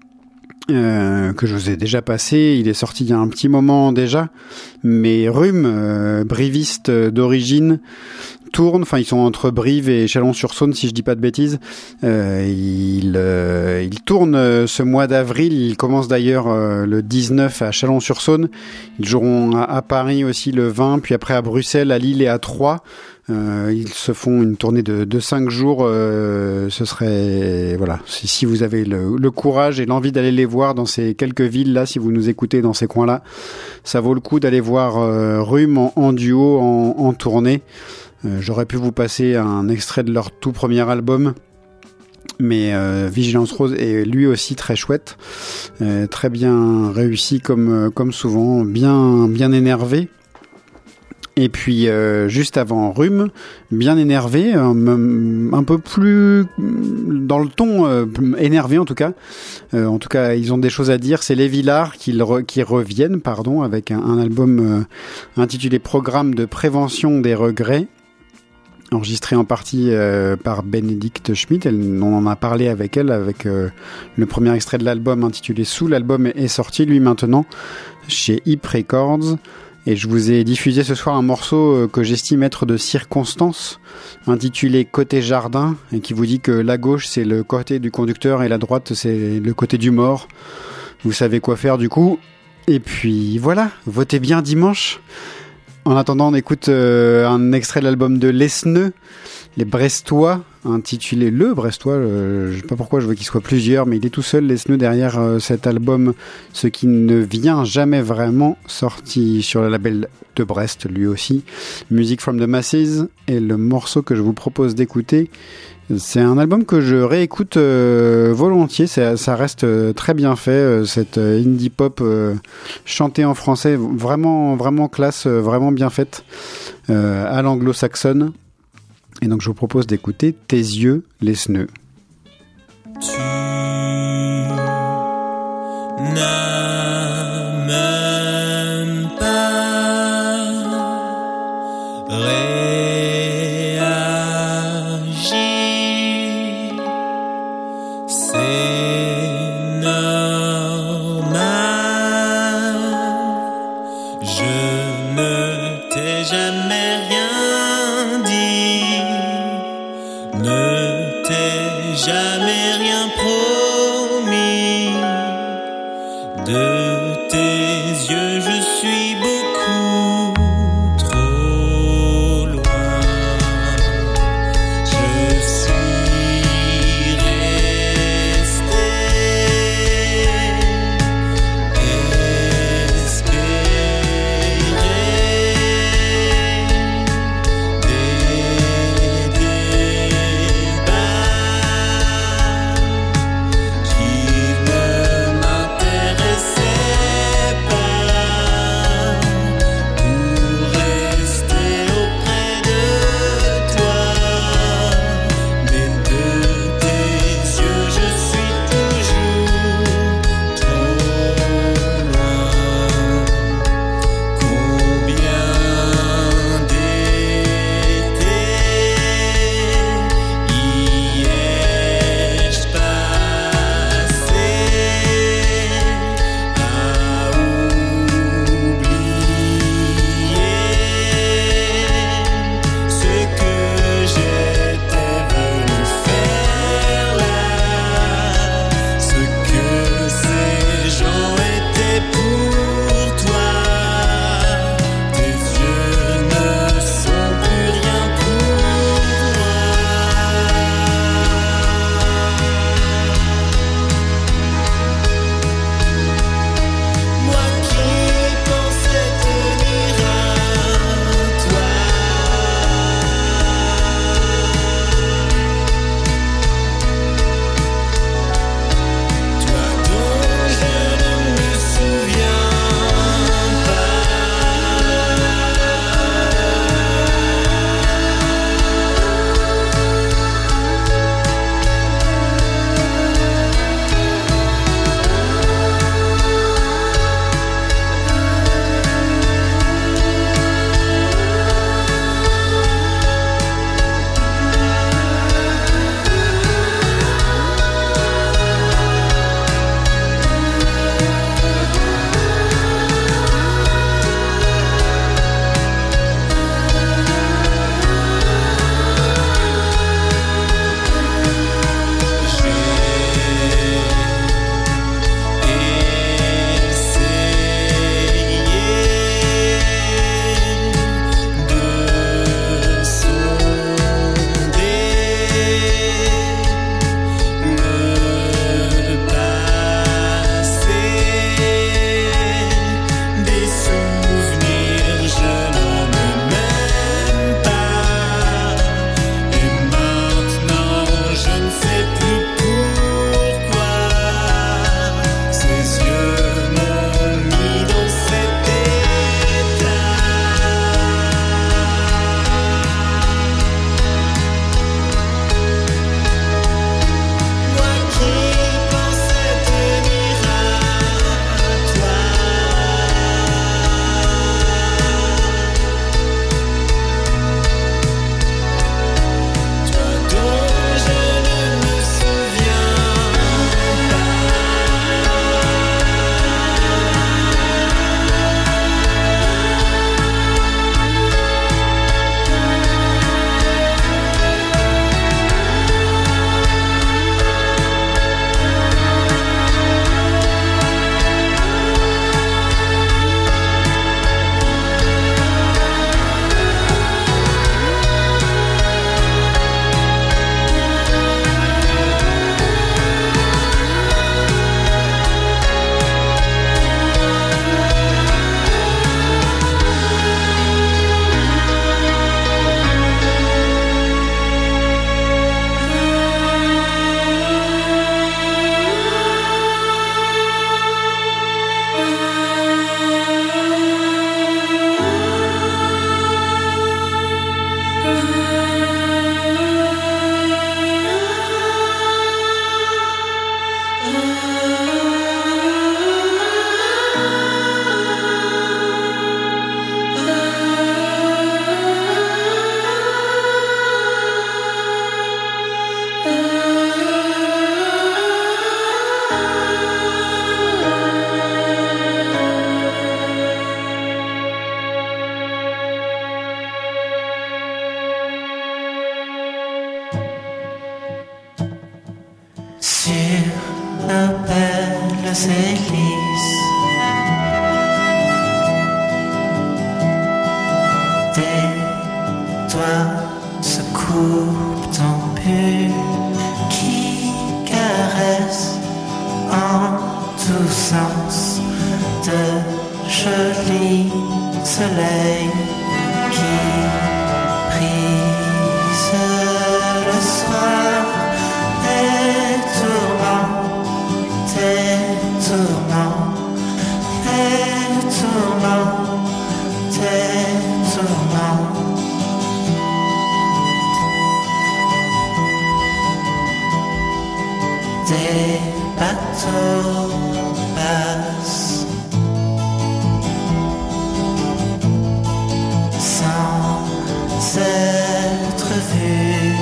euh, que je vous ai déjà passé. Il est sorti il y a un petit moment déjà, mais Rhume, euh, briviste d'origine, tourne, enfin ils sont entre Brive et Chalon-sur-Saône si je dis pas de bêtises. Euh, ils, euh, ils tournent euh, ce mois d'avril, ils commencent d'ailleurs euh, le dix-neuf à Chalon-sur-Saône. Ils joueront à, à Paris aussi le vingt, puis après à Bruxelles, à Lille et à Troyes. Euh, ils se font une tournée de, de cinq jours. Euh, ce serait, voilà, si, si vous avez le, le courage et l'envie d'aller les voir dans ces quelques villes là, si vous nous écoutez dans ces coins là, ça vaut le coup d'aller voir euh, Rhume en, en duo, en, en tournée. Euh, j'aurais pu vous passer un extrait de leur tout premier album, mais euh, Vigilance Rose est lui aussi très chouette, euh, très bien réussi comme comme souvent, bien bien énervé. Et puis euh, juste avant Rhume, bien énervé, un, un peu plus dans le ton euh, énervé en tout cas. Euh, en tout cas, ils ont des choses à dire. C'est les Villars qui, re, qui reviennent, pardon, avec un, un album euh, intitulé Programme de prévention des regrets, enregistré en partie euh, par Bénédicte Schmidt. Elle, on en a parlé avec elle, avec euh, le premier extrait de l'album intitulé Sous. L'album est sorti, lui, maintenant, chez Hip Records. Et je vous ai diffusé ce soir un morceau euh, que j'estime être de circonstance, intitulé Côté Jardin, et qui vous dit que la gauche, c'est le côté du conducteur et la droite, c'est le côté du mort. Vous savez quoi faire, du coup. Et puis, voilà, votez bien dimanche. En attendant, on écoute euh, un extrait de l'album de Lesneux, les Brestois, intitulé Le Brestois. Euh, je sais pas pourquoi je veux qu'il soit plusieurs, mais il est tout seul, les Sneux, derrière euh, cet album, ce qui ne vient jamais vraiment, sorti sur le label de Brest, lui aussi. Music from the Masses, et le morceau que je vous propose d'écouter, c'est un album que je réécoute euh, volontiers. C'est, ça reste euh, très bien fait, euh, cette euh, indie pop euh, chantée en français, vraiment, vraiment classe, euh, vraiment bien faite, euh, à l'anglo-saxonne. Et donc je vous propose d'écouter Tes yeux, les Sneux. Tu n'as même pas réagi, c'est normal, je ne t'ai jamais rien dit, ne t'ai jamais rien promis. De tes yeux je suis beaucoup trop loin. Je suis resté espérer des débats qui ne m'intéressaient sur nos belles hélices. Tes doigts se coupent ton pull qui caresse en tous sens de jolis soleils qui brise le soir. Tes tourments, tes tourments, tes tourments, tes tourments. Des bateaux passent sans être vus.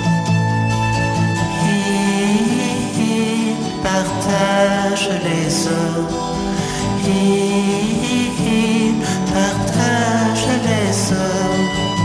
Ils partagent les eaux. Ils partagent les eaux.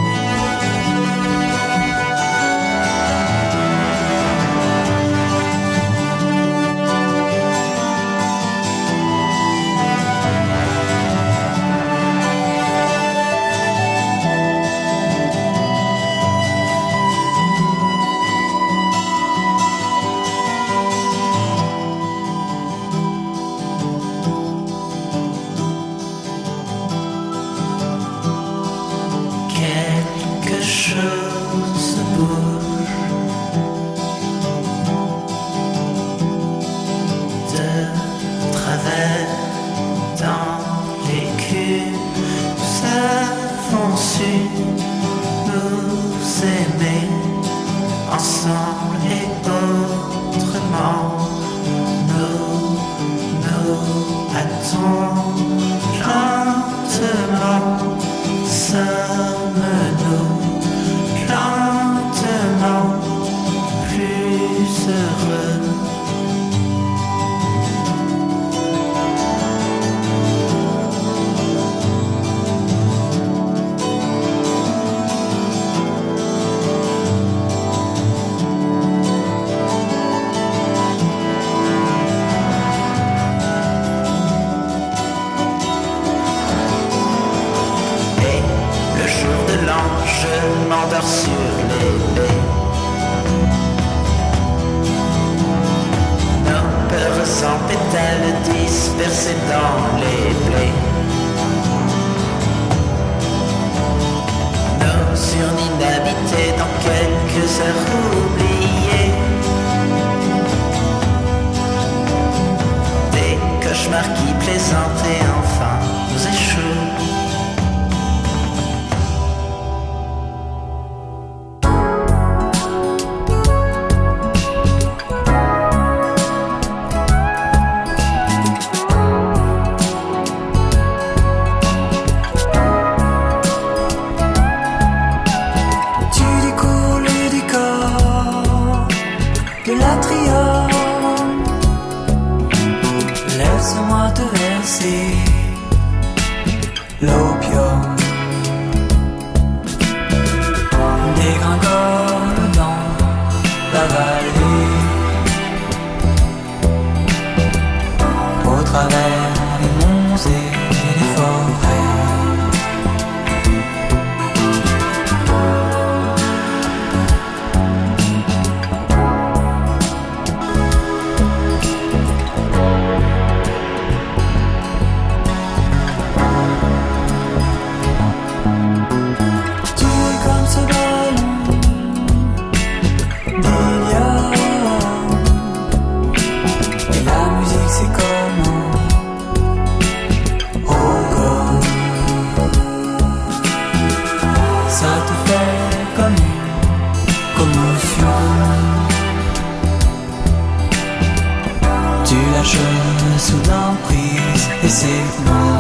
Quelque chose bouge de travers dans l'écume. Nous avons su nous aimer ensemble et autrement. Nous nous hâtons lentement. Sommes-nous lentement plus heureux? Je m'endors sur les baies. Nos peurs sans pétales dispersées dans les blés. Nos urnes inhabitées dans quelques heures oubliées. Des cauchemars qui plaisantent et enfin nous échouent. Laisse-moi te verser l'opium. Dégringole dans la vallée, au travers des monts et des forêts. Sous l'emprise et c'est bon.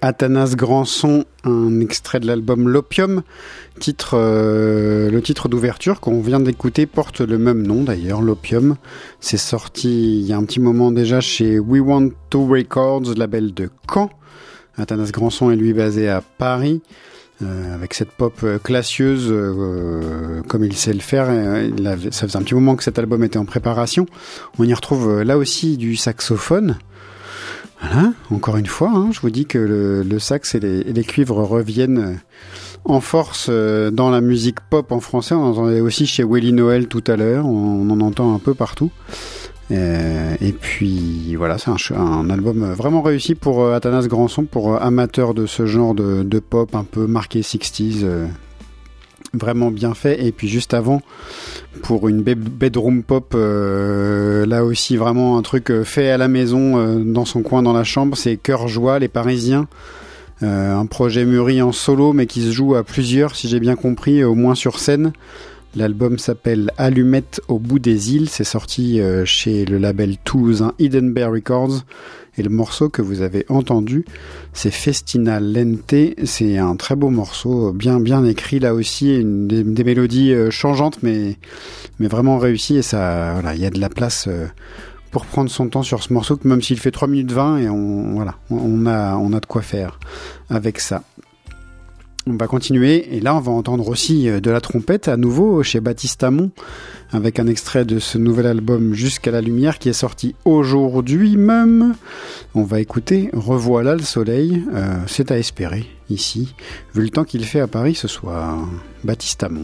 Athanas Granson, un extrait de l'album L'Opium. Titre, euh, le titre d'ouverture qu'on vient d'écouter porte le même nom d'ailleurs, L'Opium. C'est sorti il y a un petit moment déjà chez We Want To Records, label de Caen. Athanas Granson est lui basé à Paris. Euh, avec cette pop euh, classieuse euh, comme il sait le faire. Euh, il avait, ça faisait un petit moment que cet album était en préparation. On y retrouve euh, là aussi du saxophone. Voilà, encore une fois, hein, je vous dis que le, le sax et les, et les cuivres reviennent en force euh, dans la musique pop en français. On en entendait aussi chez Willie Noel tout à l'heure, on, on en entend un peu partout. Euh, et puis voilà, c'est un, un album vraiment réussi pour euh, Athanas Granson, pour euh, amateurs de ce genre de, de pop un peu marqué sixties, euh, vraiment bien fait. Et puis juste avant, pour une bedroom pop, euh, là aussi vraiment un truc fait à la maison, euh, dans son coin dans la chambre, c'est Cœur Joie, les Parisiens. Euh, un projet mûri en solo mais qui se joue à plusieurs, si j'ai bien compris, au moins sur scène. L'album s'appelle Allumette au bout des îles, c'est sorti euh, chez le label toulousain Hidden Bear Records, et le morceau que vous avez entendu, c'est Festina Lente. C'est un très beau morceau, bien bien écrit là aussi, une, des, des mélodies euh, changeantes mais, mais vraiment réussies, et ça, voilà, il y a de la place euh, pour prendre son temps sur ce morceau, même s'il fait trois minutes vingt, et on, voilà, on a, on a de quoi faire avec ça. On va continuer, et là on va entendre aussi de la trompette à nouveau chez Baptiste Hamon, avec un extrait de ce nouvel album Jusqu'à la lumière qui est sorti aujourd'hui même. On va écouter Revoilà le soleil, euh, c'est à espérer ici, vu le temps qu'il fait à Paris ce soir. Baptiste Hamon.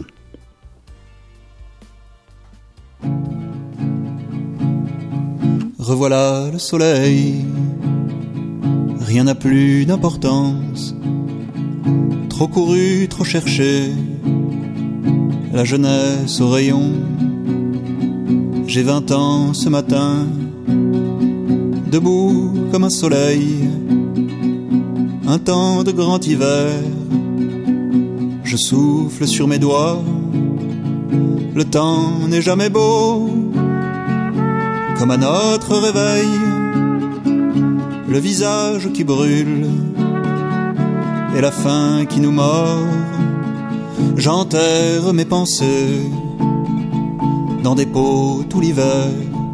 Revoilà le soleil, rien n'a plus d'importance. Trop couru, trop cherché, la jeunesse au rayon. J'ai vingt ans ce matin, debout comme un soleil. Un temps de grand hiver, je souffle sur mes doigts. Le temps n'est jamais beau, comme à notre réveil. Le visage qui brûle et la faim qui nous mord. J'enterre mes pensées dans des pots tout l'hiver.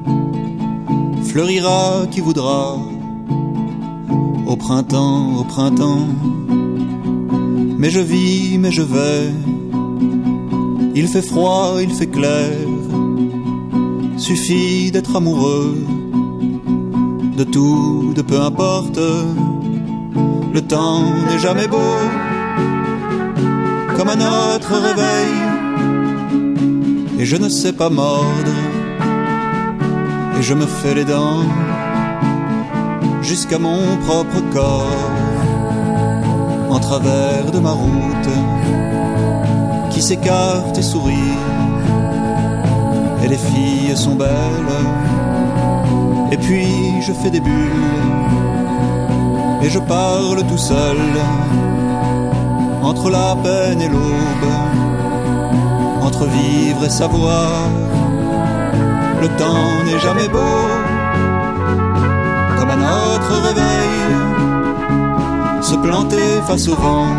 Fleurira qui voudra au printemps, au printemps. Mais je vis, mais je vais. Il fait froid, il fait clair. Suffit d'être amoureux de tout, de peu importe. Le temps n'est jamais beau, comme à notre réveil. Et je ne sais pas mordre, et je me fais les dents jusqu'à mon propre corps, en travers de ma route qui s'écarte et sourit. Et les filles sont belles, et puis je fais des bulles. Et je parle tout seul, entre la peine et l'aube, entre vivre et savoir. Le temps n'est jamais beau, comme à notre réveil. Se planter face au vent,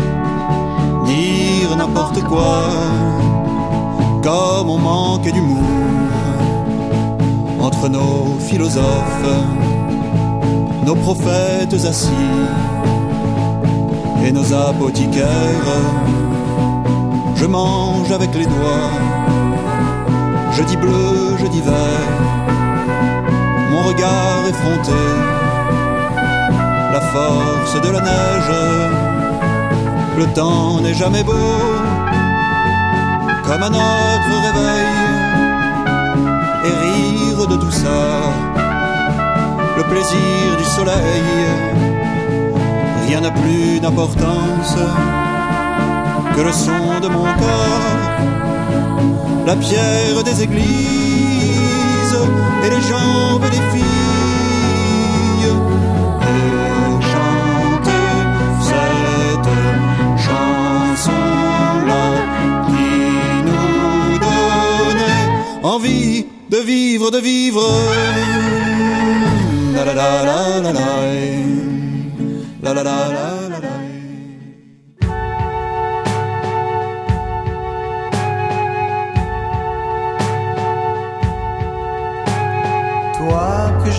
dire n'importe quoi, comme on manque d'humour, entre nos philosophes, nos prophètes assis et nos apothicaires. Je mange avec les doigts, je dis bleu, je dis vert, mon regard effronté, la force de la neige. Le temps n'est jamais beau, comme à notre réveil, et rire de tout ça, le plaisir du soleil. Rien n'a plus d'importance que le son de mon corps, la pierre des églises et les jambes des filles. Et chanter cette chanson-là qui nous donnait envie de vivre, de vivre. La la la la la la la la la la.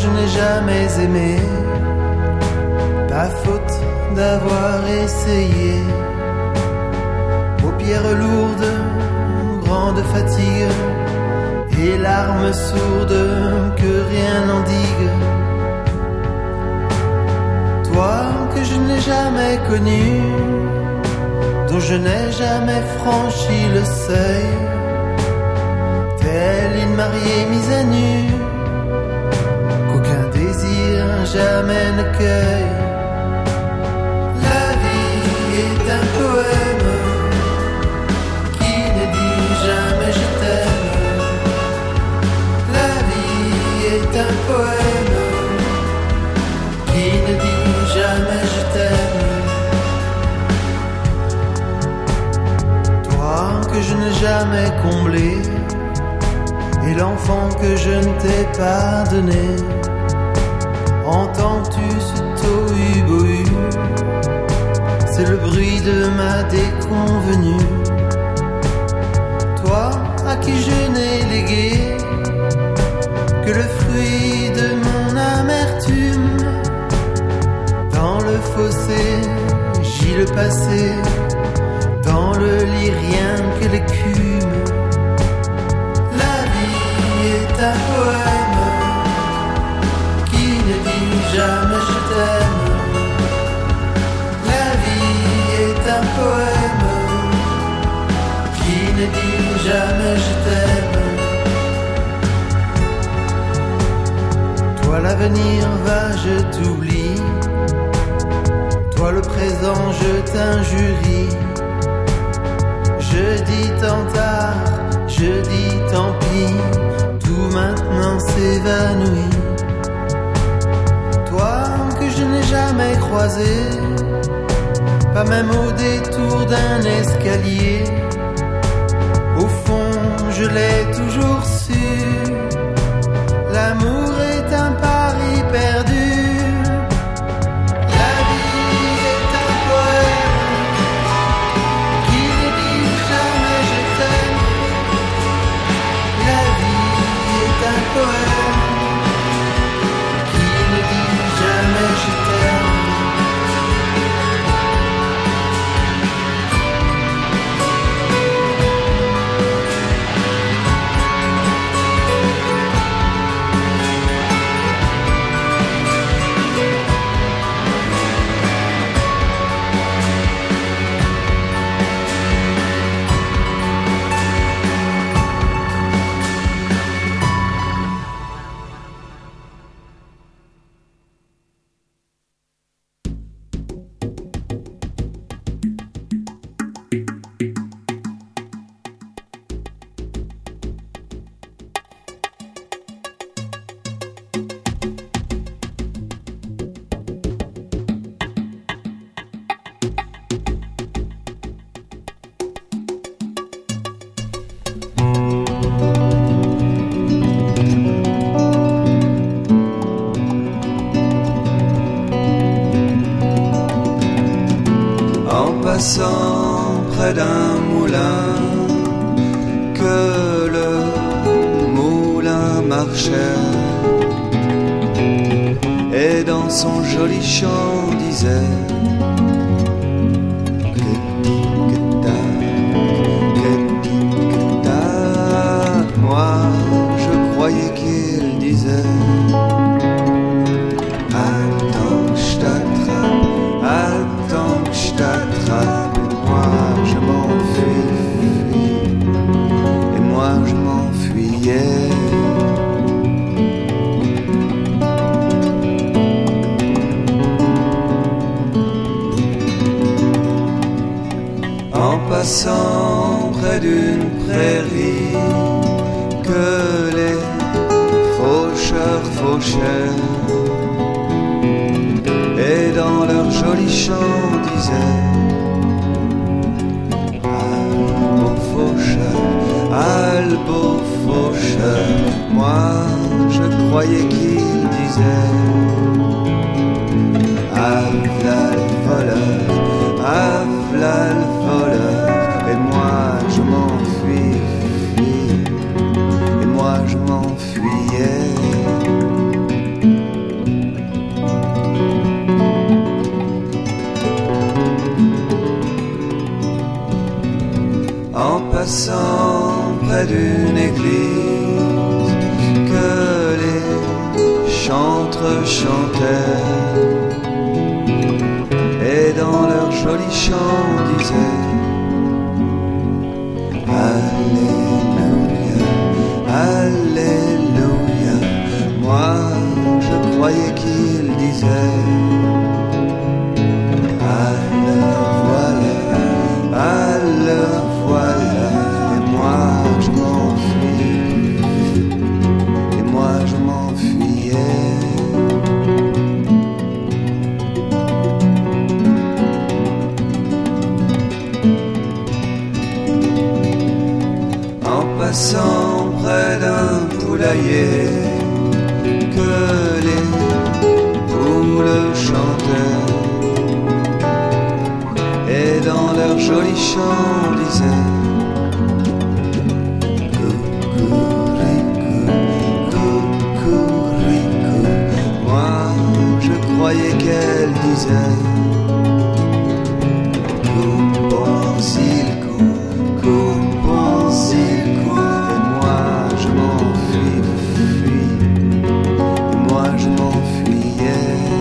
je n'ai jamais aimé, pas faute d'avoir essayé. Paupières lourdes, grande fatigue, et larmes sourdes que rien n'endigue. Toi que je n'ai jamais connu, dont je n'ai jamais franchi le seuil, telle une mariée mise à nu, qu'aucun désir jamais ne cueille. La vie est un poème qui ne dit jamais je t'aime. La vie est un poème qui ne dit jamais je t'aime. Toi que je n'ai jamais comblé, et l'enfant que je ne t'ai pas donné, entends-tu ce tohu-bohu? C'est le bruit de ma déconvenue. Toi à qui je n'ai légué que le fruit de mon amertume, dans le fossé gît le passé, dans le lit rien que l'écume. La vie est un poème qui ne dit jamais je t'aime. La vie est un poème qui ne dit jamais je t'aime. Toi l'avenir va, je t'oublie. Toi le présent, je t'injurie. Je dis tant tard, je dis tant pis, tout maintenant s'évanouit. Toi que je n'ai jamais croisé, pas même au détour d'un escalier. Au fond, je l'ai toujours su, l'amour est un pari perdu. La vie est un poème qui ne dit jamais je t'aime. La vie est un poème qui ne dit jamais je t'aime. Passant près d'un moulin, que le moulin marchait, et dans son joli chant disait que-tic-tac, que-tic-tac. Moi je croyais qu'il disait attends que je t'attrape, attends que je t'attrape. Moi je m'enfuis, et moi je m'enfuyais. En passant près d'une prairie que les faucheurs fauchaient, et dans leur joli chant disaient Albo faucheur, Albo faucheur. Moi je croyais qu'il disait Avla le voleur, Avla le voleur. Et moi je m'enfuis, et moi je m'enfuyais. en passant près d'une église que les chantres chantaient et dans leur joli chant disaient Alléluia, Alléluia. Moi je croyais qu'ils disaient alors voilà, et moi je m'enfuis, et moi je m'enfuyais. En passant près d'un poulailler que les poules chantaient et dans leur joli chant disaient Coucou, coucou, moi je croyais qu'elle disait Couponsilco, couponsilco. Et moi je m'enfuis, fuis, et moi je m'enfuyais.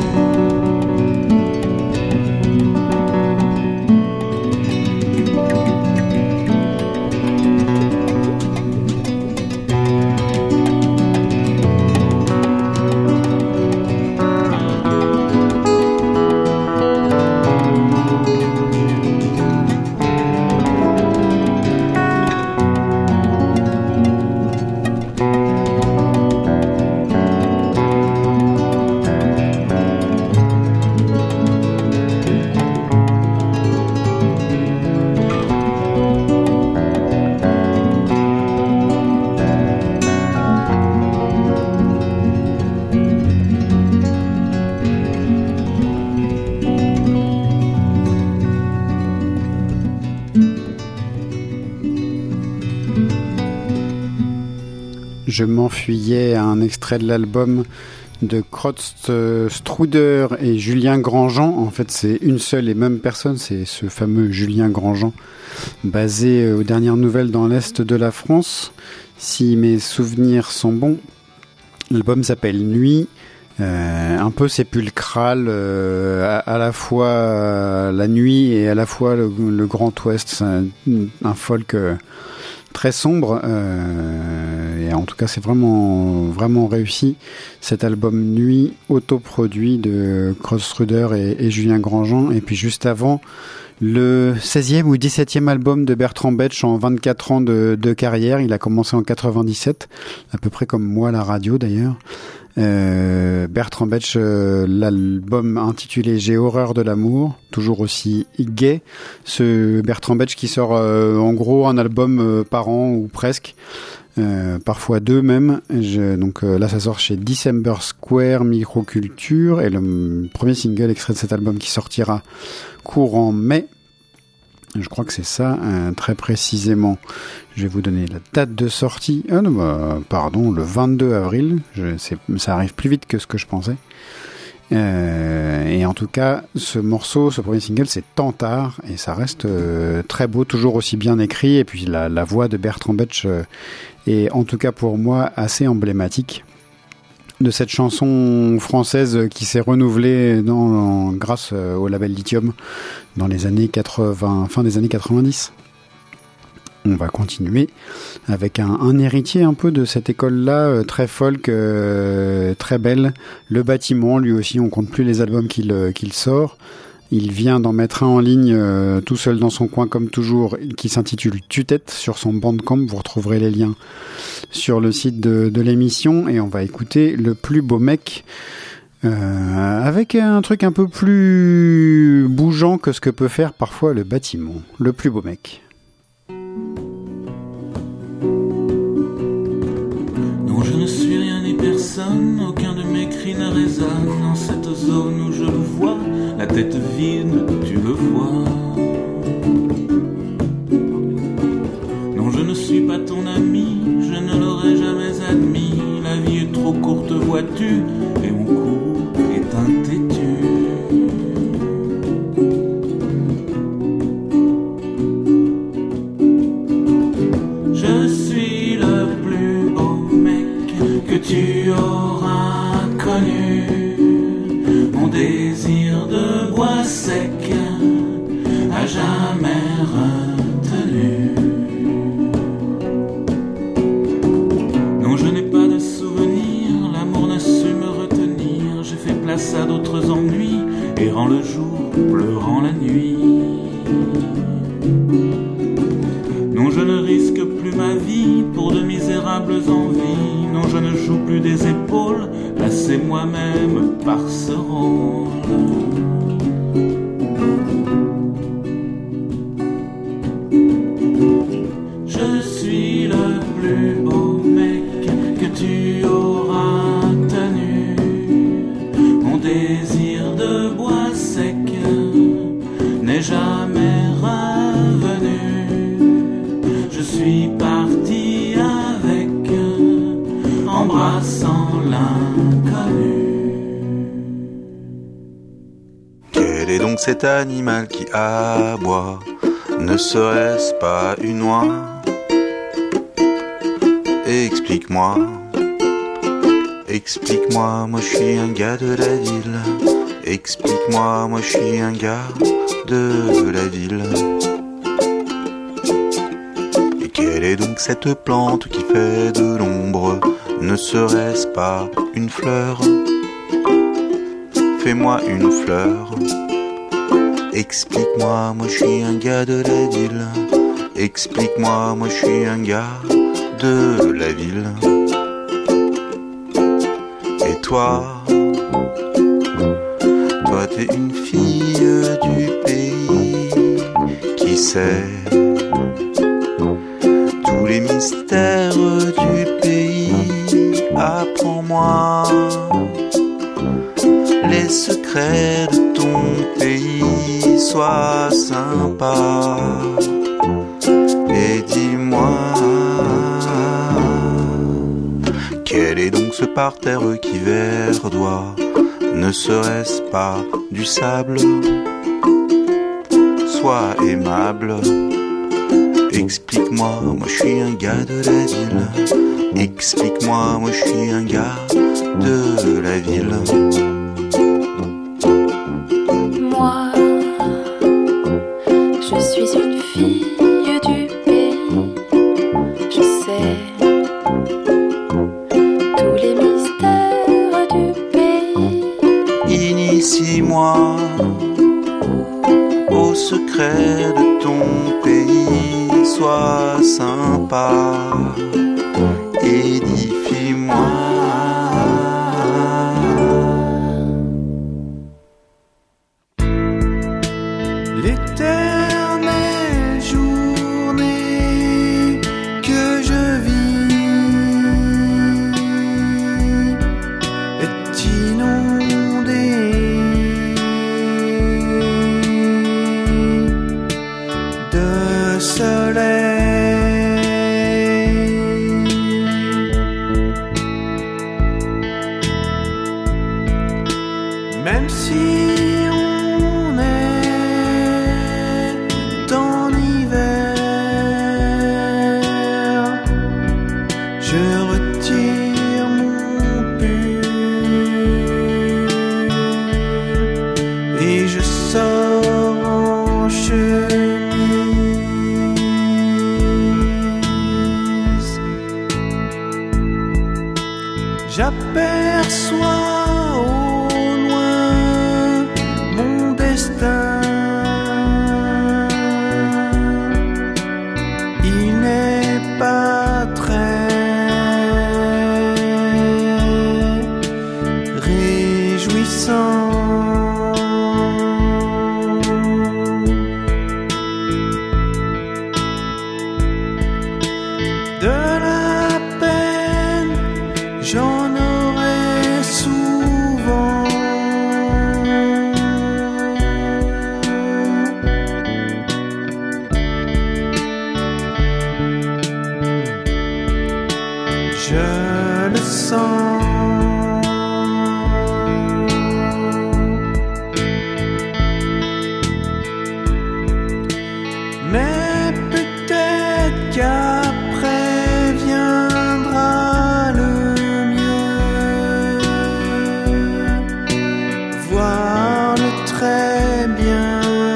Je m'enfuyais à un extrait de l'album de Krost Struder et Julien Grandjean. En fait, c'est une seule et même personne, c'est ce fameux Julien Grandjean, basé aux dernières nouvelles dans l'Est de la France. Si mes souvenirs sont bons, l'album s'appelle Nuit, euh, un peu sépulcral, euh, à, à la fois euh, la nuit et à la fois le, le Grand Ouest. C'est un, un folk euh, très sombre, euh, et en tout cas c'est vraiment vraiment réussi cet album Nuit autoproduit de Krost Struder et, et Julien Grandjean. Et puis juste avant, le seizième ou dix-septième album de Bertrand Betsch en vingt-quatre ans de, de carrière. Il a commencé en quatre-vingt-dix-sept, à peu près comme moi la radio d'ailleurs. Euh, Bertrand Betsch, euh, l'album intitulé J'ai horreur de l'amour, toujours aussi gay. Ce Bertrand Betsch qui sort euh, en gros un album euh, par an ou presque, euh, parfois deux même. Je, donc euh, là ça sort chez December Square Microculture, et le premier single extrait de cet album qui sortira courant mai. Je crois que c'est ça, euh, très précisément. Je vais vous donner la date de sortie. Ah non, bah, pardon, le vingt-deux avril. Je, c'est, ça arrive plus vite que ce que je pensais. Euh, et en tout cas, ce morceau, ce premier single, c'est Tantard, et ça reste euh, très beau, toujours aussi bien écrit. Et puis la, la voix de Bertrand Betsch euh, est, en tout cas pour moi, assez emblématique de cette chanson française qui s'est renouvelée dans, dans, grâce au label Lithium dans les années quatre-vingts, fin des années quatre-vingt-dix. On va continuer avec un, un héritier un peu de cette école-là, euh, très folk, euh, très belle. Le Bâtiment, lui aussi, on compte plus les albums qu'il, euh, qu'il sort. Il vient d'en mettre un en ligne, euh, tout seul dans son coin comme toujours, qui s'intitule Tue-tête sur son Bandcamp. Vous retrouverez les liens sur le site de, de l'émission. Et on va écouter Le Plus Beau Mec, euh, avec un truc un peu plus bougeant que ce que peut faire parfois Le Bâtiment. Le Plus Beau Mec. Non, je ne suis rien ni personne, aucun de mes cris ne résonne dans cette zone où je le vois, la tête vide, tu le vois. Non, je ne suis pas ton ami, je ne l'aurais jamais admis, la vie est trop courte, vois-tu, et mon cou est un têtu. risque plus ma vie pour de misérables envies. Non, je ne joue plus des épaules, là c'est moi-même par ce rôle. Je suis le plus beau mec que tu auras tenu. Mon désir de bois sec n'est jamais revenu. Je suis parti avec, embrassant l'inconnu. Quel est donc cet animal qui aboie? Ne serait-ce pas une oie? Explique-moi, explique-moi, moi je suis un gars de la ville. Explique-moi, moi je suis un gars de la ville. Et quelle est donc cette plante qui fait de l'ombre? Ne serait-ce pas une fleur? Fais-moi une fleur. Explique-moi, moi je suis un gars de la ville. Explique-moi, moi je suis un gars de la ville. Et toi, toi t'es une fille du pays qui sait tous les mystères du pays. Apprends-moi les secrets de ton pays. Sois sympa et dis-moi, quel est donc ce parterre qui verdoie? Ne serait-ce pas du sable? Sois aimable. Explique-moi, moi je suis un gars de la ville. Explique-moi, moi je suis un gars de la ville. Moi, je suis une fille du pays. Je sais tous les mystères du pays. Initie-moi au secret de ton pays. Sois sympa, édifie-moi. L'éternelle journée que je vis est inondée de soleil. Même si on est en hiver, je retire mon pull et je sors en chemise. J'aperçois il n'est pas très réjouissant. De la peine, j'en aurai souvent. Je le sens. Mais peut-être qu'après viendra le mieux. Voir le très bien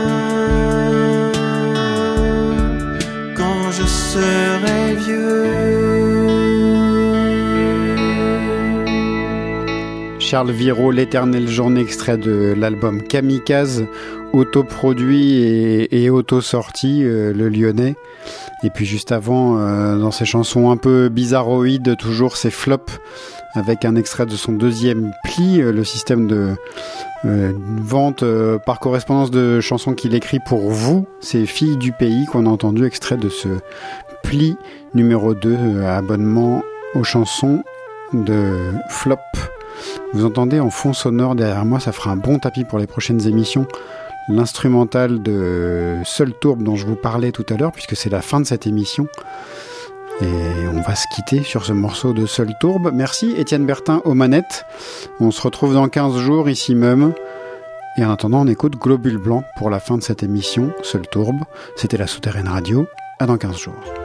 quand je serai vieux. Charles Viraud, L'éternelle journée, extrait de l'album Kamikaze, autoproduit et, et auto-sorti, euh, le Lyonnais. Et puis juste avant, euh, dans ses chansons un peu bizarroïdes, toujours c'est Flop, avec un extrait de son deuxième pli, euh, le système de euh, vente euh, par correspondance de chansons qu'il écrit pour vous, ces filles du pays, qu'on a entendu, extrait de ce pli numéro deux, euh, abonnement aux chansons de Flop. Vous entendez en fond sonore derrière moi, ça fera un bon tapis pour les prochaines émissions, l'instrumental de Seul Tourbe dont je vous parlais tout à l'heure, puisque c'est la fin de cette émission. Et on va se quitter sur ce morceau de Seul Tourbe. Merci Étienne Bertin aux manettes. On se retrouve dans quinze jours ici même. Et en attendant, on écoute Globule Blanc pour la fin de cette émission. Seul Tourbe, c'était la Souterraine Radio. À dans quinze jours.